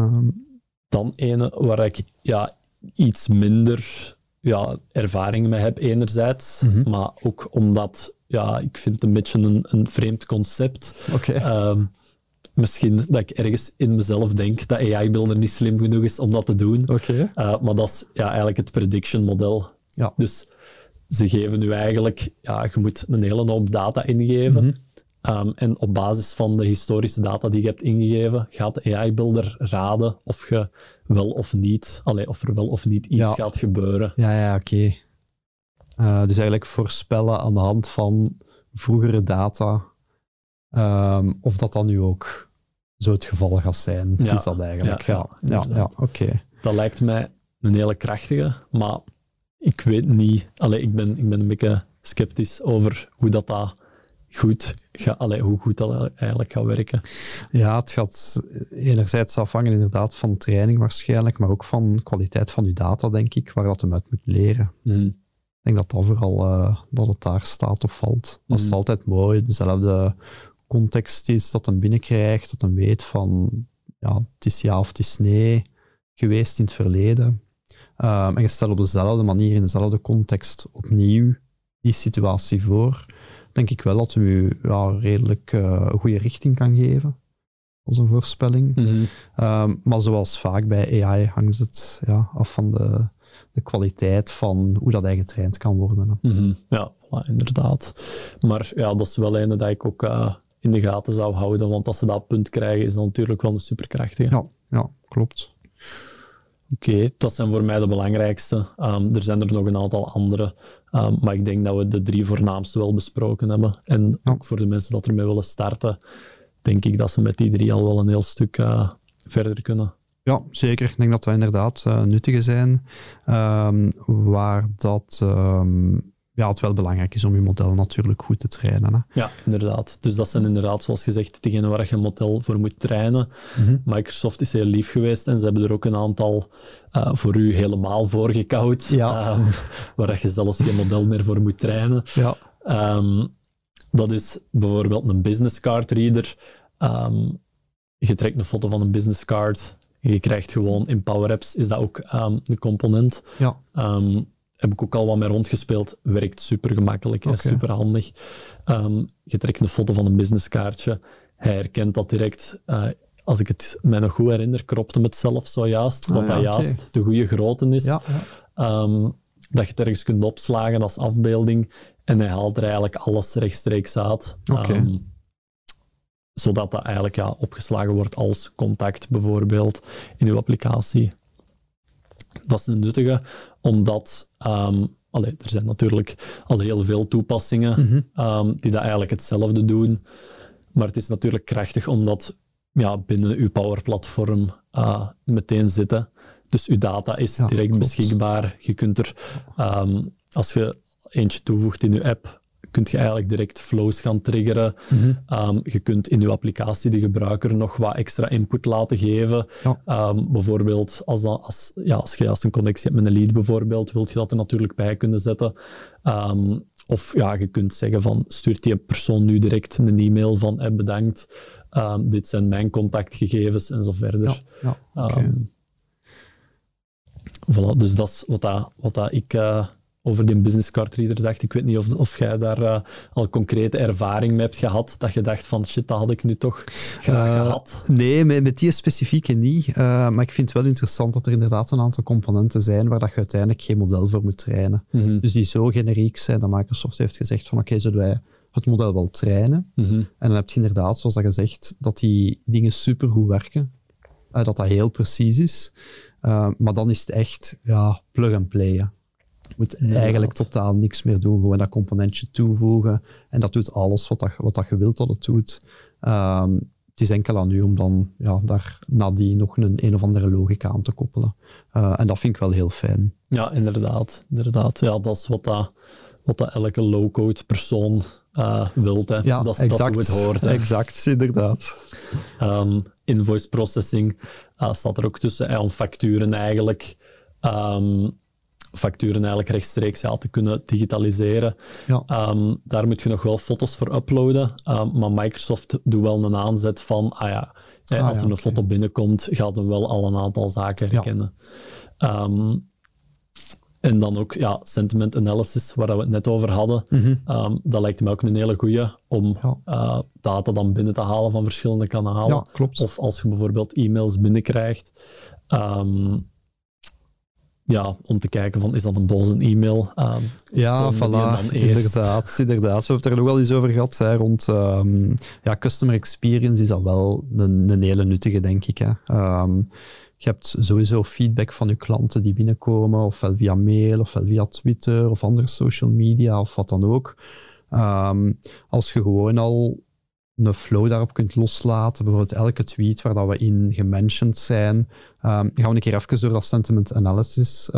Dan ene waar ik iets minder ervaring mee heb enerzijds, maar ook omdat ik vind het een beetje een vreemd concept. Okay. Misschien dat ik ergens in mezelf denk dat AI-builder niet slim genoeg is om dat te doen. Okay. Maar dat is eigenlijk het prediction model. Ja. Dus ze geven nu eigenlijk, je moet een hele hoop data ingeven. En op basis van de historische data die je hebt ingegeven, gaat de AI-builder raden of je wel of niet, of er wel of niet iets gaat gebeuren. Ja, oké. Dus eigenlijk voorspellen aan de hand van vroegere data of dat dan nu ook zo het geval gaat zijn. Ja. Is dat eigenlijk? Ja, oké. Dat lijkt mij een hele krachtige, maar ik weet niet. Ik ben een beetje sceptisch over hoe dat goed dat eigenlijk gaat werken. Ja, het gaat enerzijds afhangen inderdaad van training waarschijnlijk, maar ook van de kwaliteit van je data, denk ik, waar dat hem uit moet leren. Ik denk dat vooral dat het daar staat of valt. Dat is altijd mooi, dezelfde context is dat hem binnenkrijgt, dat hem weet van het is ja of het is nee geweest in het verleden. En je stelt op dezelfde manier, in dezelfde context opnieuw die situatie voor. Denk ik wel dat hem u redelijk een goede richting kan geven als een voorspelling. Maar zoals vaak bij AI hangt het af van de kwaliteit van hoe dat eigenlijk getraind kan worden. Ja, inderdaad. Maar dat is wel een dat ik ook in de gaten zou houden, want als ze dat punt krijgen, is dat natuurlijk wel een superkrachtige. Ja, klopt. Oké, dat zijn voor mij de belangrijkste. Er zijn er nog een aantal andere, maar ik denk dat we de 3 voornaamste wel besproken hebben. En ook voor de mensen dat ermee willen starten, denk ik dat ze met die 3 al wel een heel stuk verder kunnen. Ja, zeker. Ik denk dat dat inderdaad nuttige zijn, waar dat het wel belangrijk is om je model natuurlijk goed te trainen. Hè. Ja, inderdaad. Dus dat zijn inderdaad, zoals gezegd, degene waar je een model voor moet trainen. Microsoft is heel lief geweest en ze hebben er ook een aantal voor u helemaal voor gekauwd, waar je zelfs geen model meer voor moet trainen. Ja. Dat is bijvoorbeeld een business card reader. Je trekt een foto van een business card en je krijgt gewoon in Power Apps, is dat ook een component. Ja. Heb ik ook al wat mee rondgespeeld. Werkt super gemakkelijk, super handig. Je trekt een foto van een businesskaartje. Hij herkent dat direct. Als ik het mij nog goed herinner, kropt hem het zelf zojuist. Dat juist de goede grootte is. Ja. Dat je het ergens kunt opslagen als afbeelding. En hij haalt er eigenlijk alles rechtstreeks uit. Zodat dat eigenlijk opgeslagen wordt als contact bijvoorbeeld in uw applicatie. Dat is een nuttige, omdat er zijn natuurlijk al heel veel toepassingen die dat eigenlijk hetzelfde doen. Maar het is natuurlijk krachtig omdat binnen uw Power-platform meteen zitten. Dus uw data is direct beschikbaar. Je kunt er, als je eentje toevoegt in uw app, kun je eigenlijk direct flows gaan triggeren. Je kunt in je applicatie de gebruiker nog wat extra input laten geven. Bijvoorbeeld, als je juist een connectie hebt met een lead bijvoorbeeld, wil je dat er natuurlijk bij kunnen zetten. Of je kunt zeggen van, stuurt die persoon nu direct een e-mail van bedankt, dit zijn mijn contactgegevens en zo verder. Voilà, dus dat is wat ik over die business card reader dacht. Ik weet niet of jij daar al concrete ervaring mee hebt gehad, dat je dacht van shit, dat had ik nu toch graag gehad. Nee, met die specifieke niet. Maar ik vind het wel interessant dat er inderdaad een aantal componenten zijn waar dat je uiteindelijk geen model voor moet trainen. Dus die zo generiek zijn dat Microsoft heeft gezegd van oké, zullen wij het model wel trainen? En dan heb je inderdaad, zoals dat gezegd, dat die dingen supergoed werken. Dat heel precies is. Maar dan is het echt plug and play. Hè. Je moet eigenlijk totaal niks meer doen. Gewoon dat componentje toevoegen. En dat doet alles wat dat je wilt dat het doet. Het is enkel aan u om dan daar nadien nog een of andere logica aan te koppelen. En dat vind ik wel heel fijn. Ja, inderdaad. Ja, dat is wat dat elke low-code persoon wilt. Hè. Ja, dat exact, is hoe het hoort. Hè. Exact, inderdaad. Invoice processing staat er ook tussen, om facturen eigenlijk rechtstreeks te kunnen digitaliseren. Ja. Daar moet je nog wel foto's voor uploaden, maar Microsoft doet wel een aanzet van, als er een foto binnenkomt, gaat hem wel al een aantal zaken herkennen. En dan ook sentiment analysis, waar we het net over hadden. Dat lijkt me ook een hele goeie om data dan binnen te halen van verschillende kanalen. Ja, klopt. Of als je bijvoorbeeld e-mails binnenkrijgt, om te kijken van, is dat een boze e-mail? Voilà, inderdaad. We hebben het er nog wel eens over gehad. Hè, rond customer experience is dat wel een hele nuttige, denk ik. Hè. Je hebt sowieso feedback van je klanten die binnenkomen, ofwel via mail, ofwel via Twitter, of andere social media, of wat dan ook. Als je gewoon al een flow daarop kunt loslaten, bijvoorbeeld elke tweet waar dat we in gementioned zijn, gaan we een keer even door dat sentiment analysis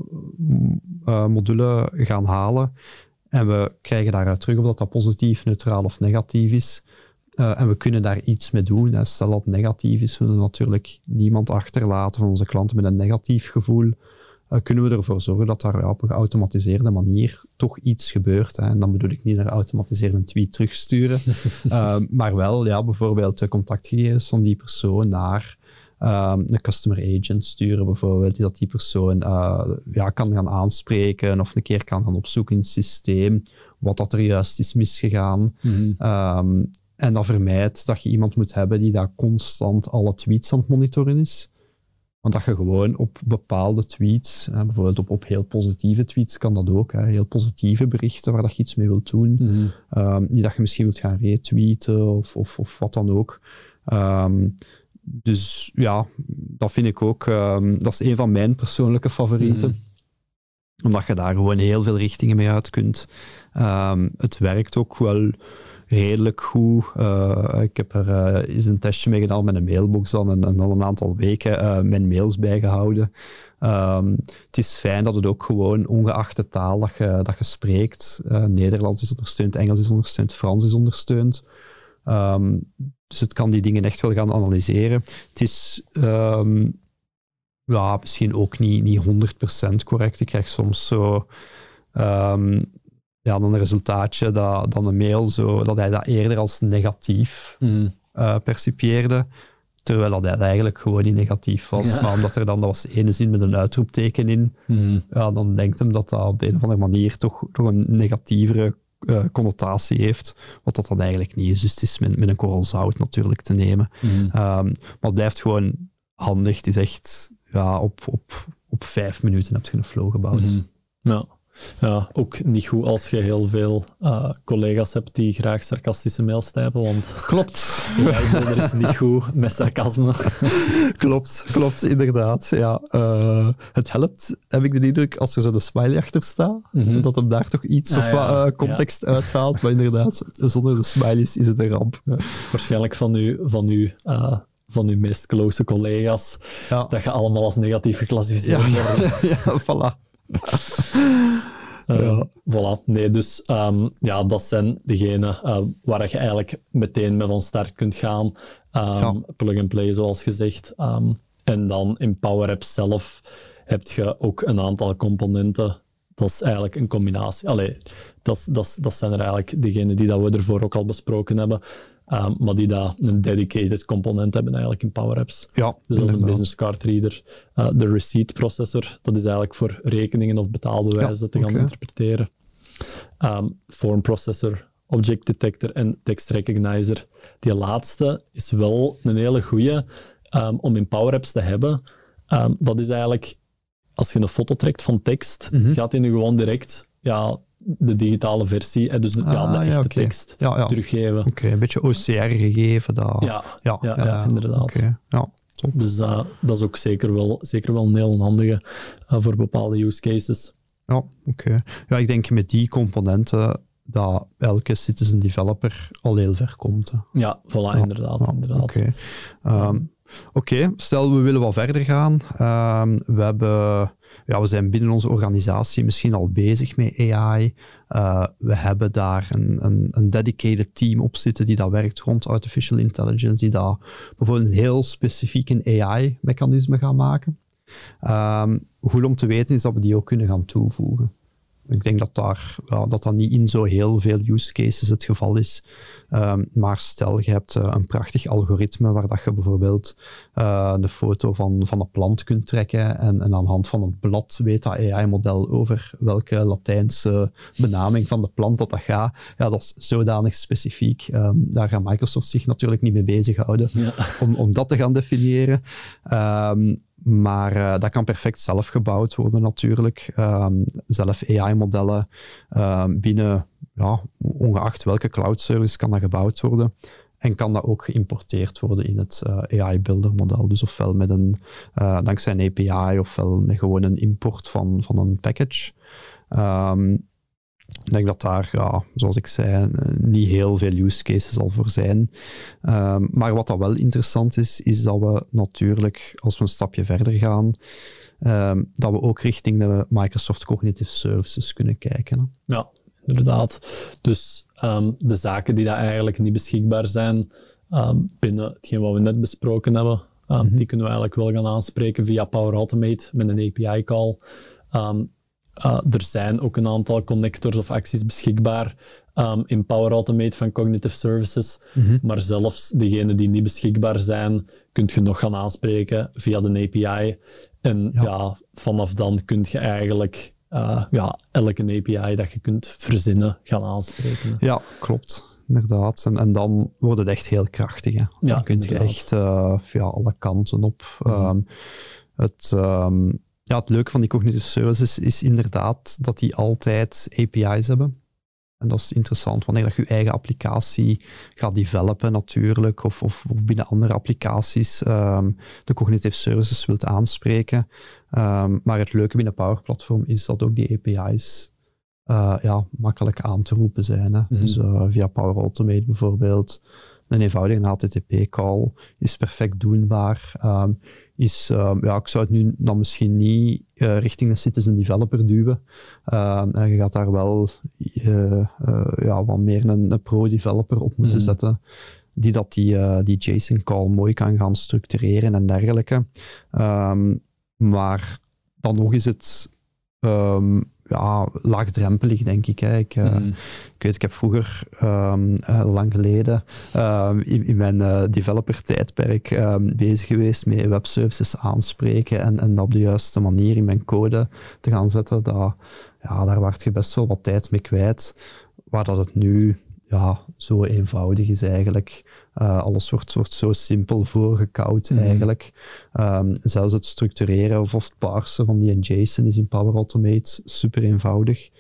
module gaan halen. En we krijgen daaruit terug of dat positief, neutraal of negatief is. En we kunnen daar iets mee doen. Hè. Stel dat het negatief is, we willen natuurlijk niemand achterlaten van onze klanten met een negatief gevoel. Kunnen we ervoor zorgen dat daar op een geautomatiseerde manier toch iets gebeurt. Hè. En dan bedoel ik niet naar geautomatiseerd een tweet terugsturen, maar wel bijvoorbeeld de contactgegevens van die persoon naar een customer agent sturen, bijvoorbeeld, dat die persoon kan gaan aanspreken of een keer kan gaan opzoeken in het systeem wat dat er juist is misgegaan. En dat vermijdt dat je iemand moet hebben die daar constant alle tweets aan het monitoren is. Want dat je gewoon op bepaalde tweets, bijvoorbeeld op heel positieve tweets kan dat ook, heel positieve berichten waar dat je iets mee wilt doen, die dat je misschien wilt gaan retweeten of wat dan ook. Dus dat vind ik ook, dat is een van mijn persoonlijke favorieten. Omdat je daar gewoon heel veel richtingen mee uit kunt. Het werkt ook wel redelijk goed. Ik heb er eens een testje mee gedaan met een mailbox dan en al een aantal weken mijn mails bijgehouden. Het is fijn dat het ook gewoon, ongeacht de taal dat je spreekt, Nederlands is ondersteund, Engels is ondersteund, Frans is ondersteund. Dus het kan die dingen echt wel gaan analyseren. Het is misschien ook niet 100% correct. Ik krijg soms zo dan een resultaatje dan een mail, dat hij dat eerder als negatief percipieerde, terwijl dat eigenlijk gewoon niet negatief was. Ja. Maar omdat er dan, dat was ene zin met een uitroepteken in, dan denkt hem dat op een of andere manier toch een negatievere connotatie heeft, wat dat dan eigenlijk niet is. Dus het is met een korrel zout natuurlijk te nemen. Maar het blijft gewoon handig. Het is echt, op 5 minuten heb je een flow gebouwd. Ja, ook niet goed als je heel veel collega's hebt die graag sarcastische mails typen, want klopt. Er is niet goed met sarcasme. Klopt, inderdaad. Ja. Het helpt, heb ik de indruk, als er zo'n smiley achter staat, dat hem daar toch iets context uithaalt, maar inderdaad, zonder de smileys is het een ramp. Ja. Waarschijnlijk van uw meest close collega's, dat je allemaal als negatief geclassificeerd wordt. Ja, voilà. Voilà. Nee, dus dat zijn degenen waar je eigenlijk meteen mee van start kunt gaan. Plug-and-play, zoals gezegd. En dan in Power Apps zelf heb je ook een aantal componenten. Dat is eigenlijk een combinatie. Dat zijn er eigenlijk degenen die dat we ervoor ook al besproken hebben. Maar die daar een dedicated component hebben eigenlijk in Power Apps. Ja, dus dat is een business card reader. De receipt processor, dat is eigenlijk voor rekeningen of betaalbewijzen te gaan interpreteren. Form processor, object detector en text recognizer. Die laatste is wel een hele goeie om in Power Apps te hebben. Dat is eigenlijk, als je een foto trekt van tekst, gaat die nu gewoon direct de digitale versie, dus de echte tekst teruggeven. Oké, een beetje OCR gegeven. Ja, inderdaad. Okay, Dus dat is ook zeker wel een heel handige voor bepaalde use cases. Ja, oké. Ja, ik denk met die componenten dat elke citizen developer al heel ver komt. Hè. Ja, voilà, inderdaad. Oké, stel we willen wat verder gaan. We zijn binnen onze organisatie misschien al bezig met AI. We hebben daar een dedicated team op zitten die dat werkt rond artificial intelligence, die dat bijvoorbeeld een heel specifiek een AI-mechanisme gaan maken. Goed om te weten is dat we die ook kunnen gaan toevoegen. Ik denk dat niet in zo heel veel use cases het geval is. Maar stel, je hebt een prachtig algoritme waar dat je bijvoorbeeld een foto van een plant kunt trekken en aan de hand van een blad weet dat AI-model over welke Latijnse benaming van de plant dat gaat. Ja, dat is zodanig specifiek. Daar gaat Microsoft zich natuurlijk niet mee bezighouden om dat te gaan definiëren. Maar dat kan perfect zelf gebouwd worden natuurlijk. Zelf AI-modellen binnen, ongeacht welke cloud service kan dat gebouwd worden. En kan dat ook geïmporteerd worden in het AI-builder-model. Dus ofwel dankzij een API, ofwel met gewoon een import van een package. Ik denk dat daar, zoals ik zei, niet heel veel use cases al voor zijn. Maar wat dat wel interessant is dat we natuurlijk, als we een stapje verder gaan, dat we ook richting de Microsoft Cognitive Services kunnen kijken. Hè. Ja, inderdaad. Dus de zaken die daar eigenlijk niet beschikbaar zijn binnen hetgeen wat we net besproken hebben, die kunnen we eigenlijk wel gaan aanspreken via Power Automate met een API-call. Er zijn ook een aantal connectors of acties beschikbaar in Power Automate van Cognitive Services, maar zelfs degenen die niet beschikbaar zijn, kun je nog gaan aanspreken via de API. En vanaf dan kun je eigenlijk elke API dat je kunt verzinnen gaan aanspreken. Ja, klopt. Inderdaad. En dan wordt het echt heel krachtig. Hè. Dan kun je echt alle kanten op. Het leuke van die cognitive services is inderdaad dat die altijd API's hebben. En dat is interessant wanneer dat je eigen applicatie gaat developen natuurlijk, of binnen andere applicaties de cognitive services wilt aanspreken. Maar het leuke binnen Power Platform is dat ook die API's makkelijk aan te roepen zijn. Hè. Dus via Power Automate bijvoorbeeld, een eenvoudige HTTP-call is perfect doenbaar. Ik zou het nu dan misschien niet richting een citizen developer duwen. Je gaat daar wel wat meer een pro-developer op moeten zetten, die JSON-call mooi kan gaan structureren en dergelijke. Maar dan nog is het laagdrempelig, denk ik. Hè. Ik weet, ik heb vroeger, lang geleden, in mijn developer-tijdperk bezig geweest met webservices aanspreken en dat op de juiste manier in mijn code te gaan zetten. Daar werd je best wel wat tijd mee kwijt. Waar dat het nu zo eenvoudig is eigenlijk. Alles wordt zo simpel voorgekoud eigenlijk. Zelfs het structureren of het parsen van die JSON is in Power Automate super eenvoudig.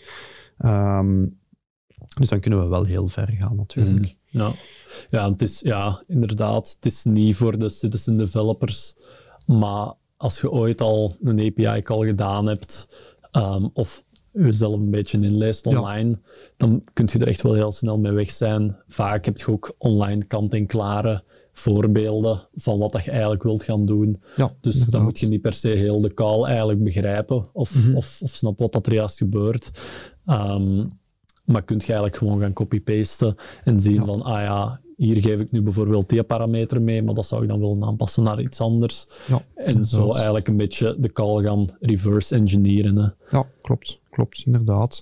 Dus dan kunnen we wel heel ver gaan natuurlijk. Het is inderdaad, het is niet voor de citizen developers, maar als je ooit al een API-call gedaan hebt, of jezelf een beetje inleest online, dan kun je er echt wel heel snel mee weg zijn. Vaak heb je ook online kant-en-klare voorbeelden van wat dat je eigenlijk wilt gaan doen. Ja, dus inderdaad. Dan moet je niet per se heel de call eigenlijk begrijpen of snappen wat dat er juist gebeurt. Maar kun je eigenlijk gewoon gaan copy-pasten en zien van, hier geef ik nu bijvoorbeeld die parameter mee, maar dat zou ik dan willen aanpassen naar iets anders. Ja, en zo eigenlijk een beetje de call gaan reverse engineeren. Hè. Ja, klopt, inderdaad.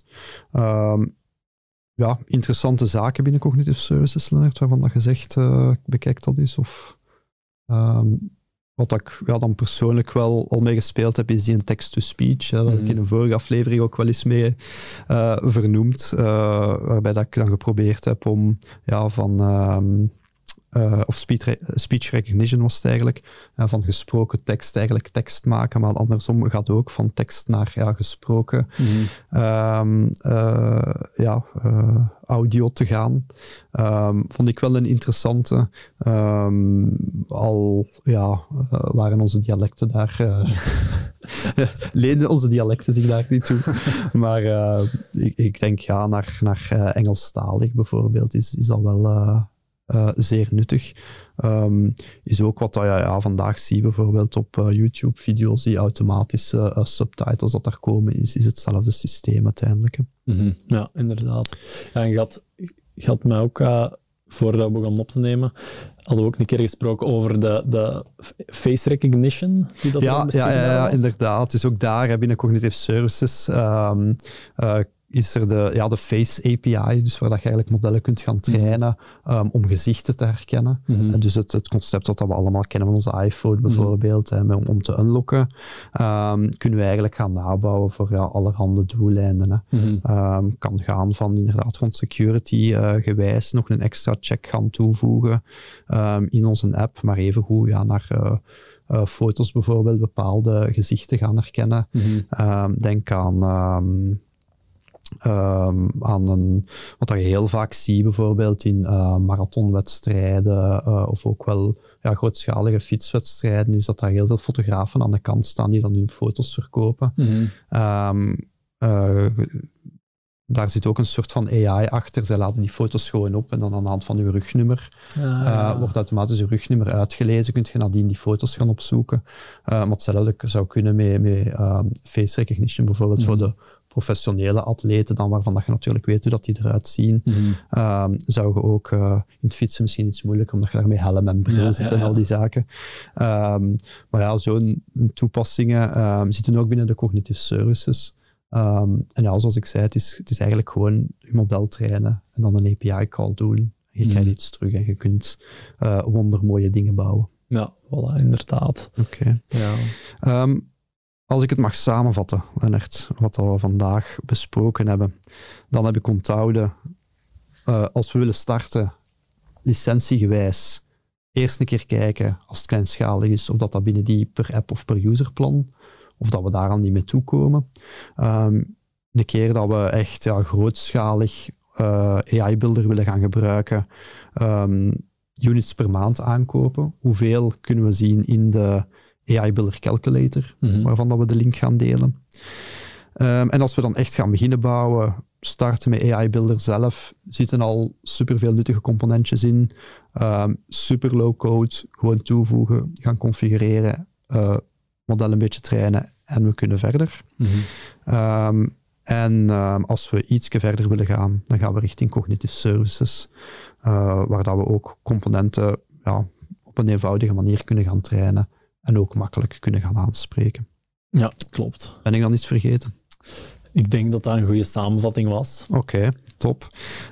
Interessante zaken binnen Cognitive Services, Lennart, waarvan dat je zegt, bekijk dat eens. Of, wat ik dan persoonlijk wel al mee gespeeld heb, is die een text-to-speech. Dat heb ik in een vorige aflevering ook wel eens mee vernoemd. Waarbij dat ik dan geprobeerd heb om van of speech recognition was het eigenlijk, van gesproken tekst eigenlijk tekst maken, maar andersom gaat ook van tekst naar gesproken audio te gaan. Vond ik wel een interessante. Waren onze dialecten daar... leenden onze dialecten zich daar niet toe. Maar ik denk naar Engelstalig bijvoorbeeld is dat wel... zeer nuttig. Is ook wat je vandaag ziet, bijvoorbeeld op YouTube-video's, die automatische subtitles dat daar komen, is hetzelfde systeem uiteindelijk. Ja, inderdaad. Ja, en je had mij ook, voordat we begonnen op te nemen, hadden we ook een keer gesproken over de face recognition die dat was. Ja, inderdaad. Dus ook daar binnen Cognitive Services is er de Face API, dus waar dat je eigenlijk modellen kunt gaan trainen om gezichten te herkennen. En dus het concept dat we allemaal kennen van onze iPhone bijvoorbeeld, om te unlocken, kunnen we eigenlijk gaan nabouwen voor allerhande doeleinden. Kan gaan van security gewijs nog een extra check gaan toevoegen in onze app, maar evengoed naar... foto's bijvoorbeeld, bepaalde gezichten gaan herkennen. Denk aan wat je heel vaak ziet, bijvoorbeeld in marathonwedstrijden of ook wel grootschalige fietswedstrijden, is dat daar heel veel fotografen aan de kant staan die dan hun foto's verkopen. Daar zit ook een soort van AI achter. Zij laden die foto's gewoon op en dan aan de hand van uw rugnummer wordt automatisch uw rugnummer uitgelezen. Kunt je nadien die foto's gaan opzoeken. Maar hetzelfde zou kunnen met face recognition, bijvoorbeeld voor de professionele atleten, dan waarvan dat je natuurlijk weet hoe dat die eruit zien. Zou je ook in het fietsen misschien iets moeilijk, omdat je daar met helm en bril zit en al die zaken. Maar zo'n toepassingen zitten ook binnen de cognitive services. En zoals ik zei, het is eigenlijk gewoon je model trainen en dan een API-call doen. Je krijgt iets terug en je kunt wondermooie dingen bouwen. Ja, voilà, inderdaad. Oké. Ja. Als ik het mag samenvatten, Lennart, wat we vandaag besproken hebben, dan heb ik onthouden, als we willen starten, licentiegewijs, eerst een keer kijken, als het kleinschalig is, of dat binnen die per app of per userplan, of dat we daar al niet mee toekomen. De keer dat we echt grootschalig AI-builder willen gaan gebruiken, units per maand aankopen. Hoeveel kunnen we zien in de AI-builder calculator, waarvan dat we de link gaan delen. En als we dan echt gaan beginnen bouwen, starten met AI-builder zelf, zitten al superveel nuttige componentjes in, super low-code, gewoon toevoegen, gaan configureren, model een beetje trainen en we kunnen verder. Als we iets verder willen gaan, dan gaan we richting cognitive services, waar dat we ook componenten op een eenvoudige manier kunnen gaan trainen en ook makkelijk kunnen gaan aanspreken. Ja, klopt. Ben ik dan iets vergeten? Ik denk dat dat een goede samenvatting was. Oké, top.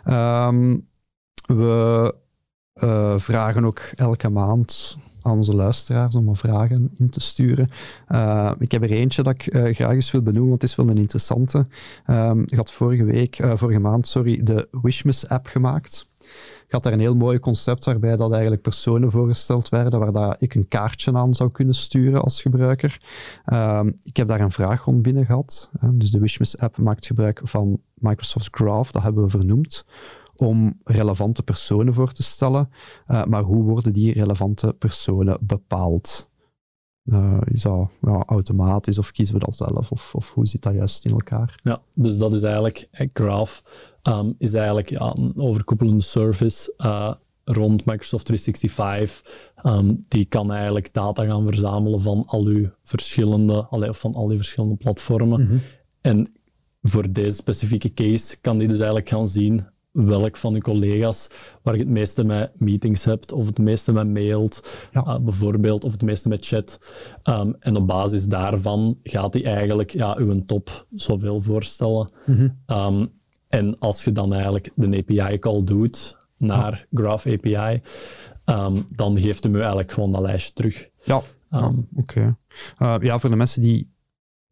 We vragen ook elke maand aan onze luisteraars om vragen in te sturen. Ik heb er eentje dat ik graag eens wil benoemen, want het is wel een interessante. Ik had vorige maand de Wishmas-app gemaakt. Ik had daar een heel mooi concept waarbij dat eigenlijk personen voorgesteld werden, waar dat ik een kaartje aan zou kunnen sturen als gebruiker. Ik heb daar een vraag rond binnen gehad. Dus de Wishmas-app maakt gebruik van Microsoft Graph, dat hebben we vernoemd, om relevante personen voor te stellen. Maar hoe worden die relevante personen bepaald? Is dat automatisch of kiezen we dat zelf? Of hoe zit dat juist in elkaar? Ja, dus dat is eigenlijk, Graph is eigenlijk een overkoepelende service rond Microsoft 365. Die kan eigenlijk data gaan verzamelen van al uw verschillende platformen. En voor deze specifieke case kan die dus eigenlijk gaan zien welk van uw collega's waar je het meeste met meetings hebt, of het meeste met mailt, bijvoorbeeld, of het meeste met chat. En op basis daarvan gaat hij eigenlijk uw top zoveel voorstellen. En als je dan eigenlijk de API-call doet naar Graph API, dan geeft hem u eigenlijk gewoon dat lijstje terug. Ja, oké. Voor de mensen die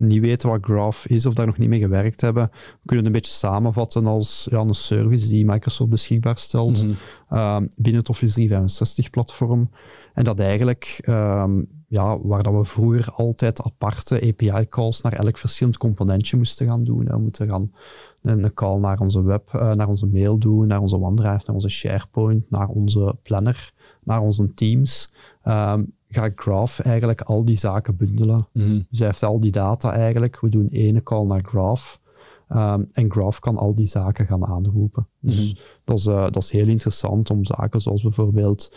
niet weten wat Graph is of daar nog niet mee gewerkt hebben, we kunnen het een beetje samenvatten als een service die Microsoft beschikbaar stelt binnen het Office 365 platform. En dat eigenlijk, waar dat we vroeger altijd aparte API-calls naar elk verschillend componentje moesten gaan doen. We moeten gaan een call naar onze web, naar onze mail doen, naar onze OneDrive, naar onze SharePoint, naar onze planner, naar onze Teams. Gaat Graph eigenlijk al die zaken bundelen. Dus hij heeft al die data eigenlijk. We doen ene call naar Graph. En Graph kan al die zaken gaan aanroepen. Dus dat is heel interessant om zaken zoals bijvoorbeeld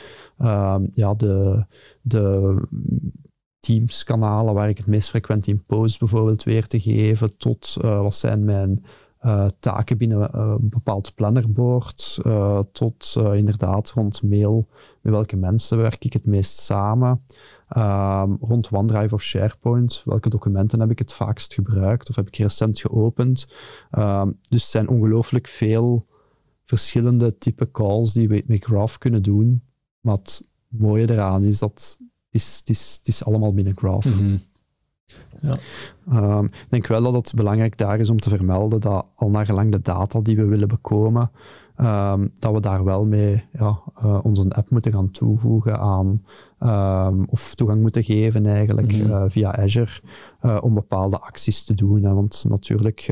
de Teams-kanalen waar ik het meest frequent in post bijvoorbeeld weer te geven, tot wat zijn mijn taken binnen een bepaald plannerboard, tot inderdaad rond mail, met welke mensen werk ik het meest samen, rond OneDrive of SharePoint, welke documenten heb ik het vaakst gebruikt of heb ik recent geopend. Dus er zijn ongelooflijk veel verschillende type calls die we met Graph kunnen doen, maar het mooie eraan is dat het is allemaal binnen Graph. Ja. Ik denk wel dat het belangrijk daar is om te vermelden dat al naar gelang de data die we willen bekomen, dat we daar wel mee onze app moeten gaan toevoegen aan, of toegang moeten geven eigenlijk via Azure, om bepaalde acties te doen. Hè. Want natuurlijk,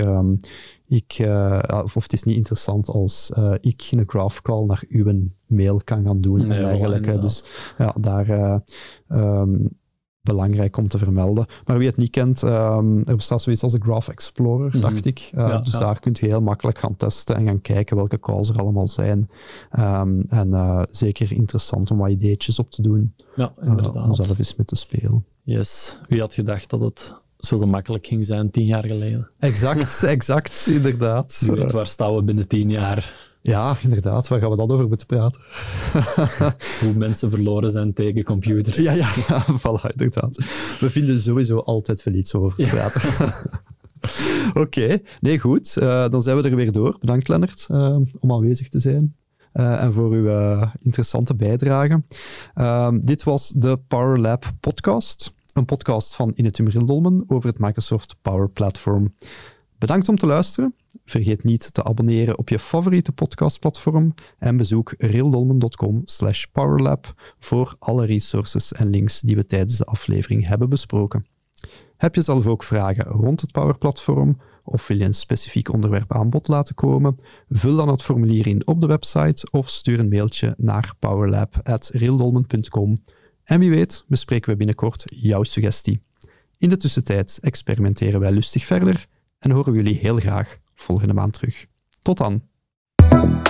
of het is niet interessant als ik een graph call naar uw mail kan gaan doen. Nee, eigenlijk. Dus daar... belangrijk om te vermelden. Maar wie het niet kent, er bestaat zoiets als de Graph Explorer, dacht ik. Daar kun je heel makkelijk gaan testen en gaan kijken welke calls er allemaal zijn. Zeker interessant om wat ideetjes op te doen. Ja, inderdaad. Om zelf eens mee te spelen. Yes. Wie had gedacht dat het zo gemakkelijk ging zijn 10 jaar geleden? Exact, inderdaad. Waar staan we binnen 10 jaar? Ja, inderdaad. Waar gaan we dan over moeten praten? Hoe mensen verloren zijn tegen computers. Ja, voilà, inderdaad. We vinden sowieso altijd wel iets over te praten. Oké, nee, goed. Dan zijn we er weer door. Bedankt, Lennart, om aanwezig te zijn. En voor uw interessante bijdrage. Dit was de Power Lab podcast. Een podcast van Inetum Rilldolmen over het Microsoft Power Platform. Bedankt om te luisteren. Vergeet niet te abonneren op je favoriete podcastplatform en bezoek rilldolmen.com/powerlab voor alle resources en links die we tijdens de aflevering hebben besproken. Heb je zelf ook vragen rond het Power Platform of wil je een specifiek onderwerp aan bod laten komen? Vul dan het formulier in op de website of stuur een mailtje naar powerlab@rilldolmen.com. En wie weet bespreken we binnenkort jouw suggestie. In de tussentijd experimenteren wij lustig verder en horen we jullie heel graag volgende maand terug. Tot dan!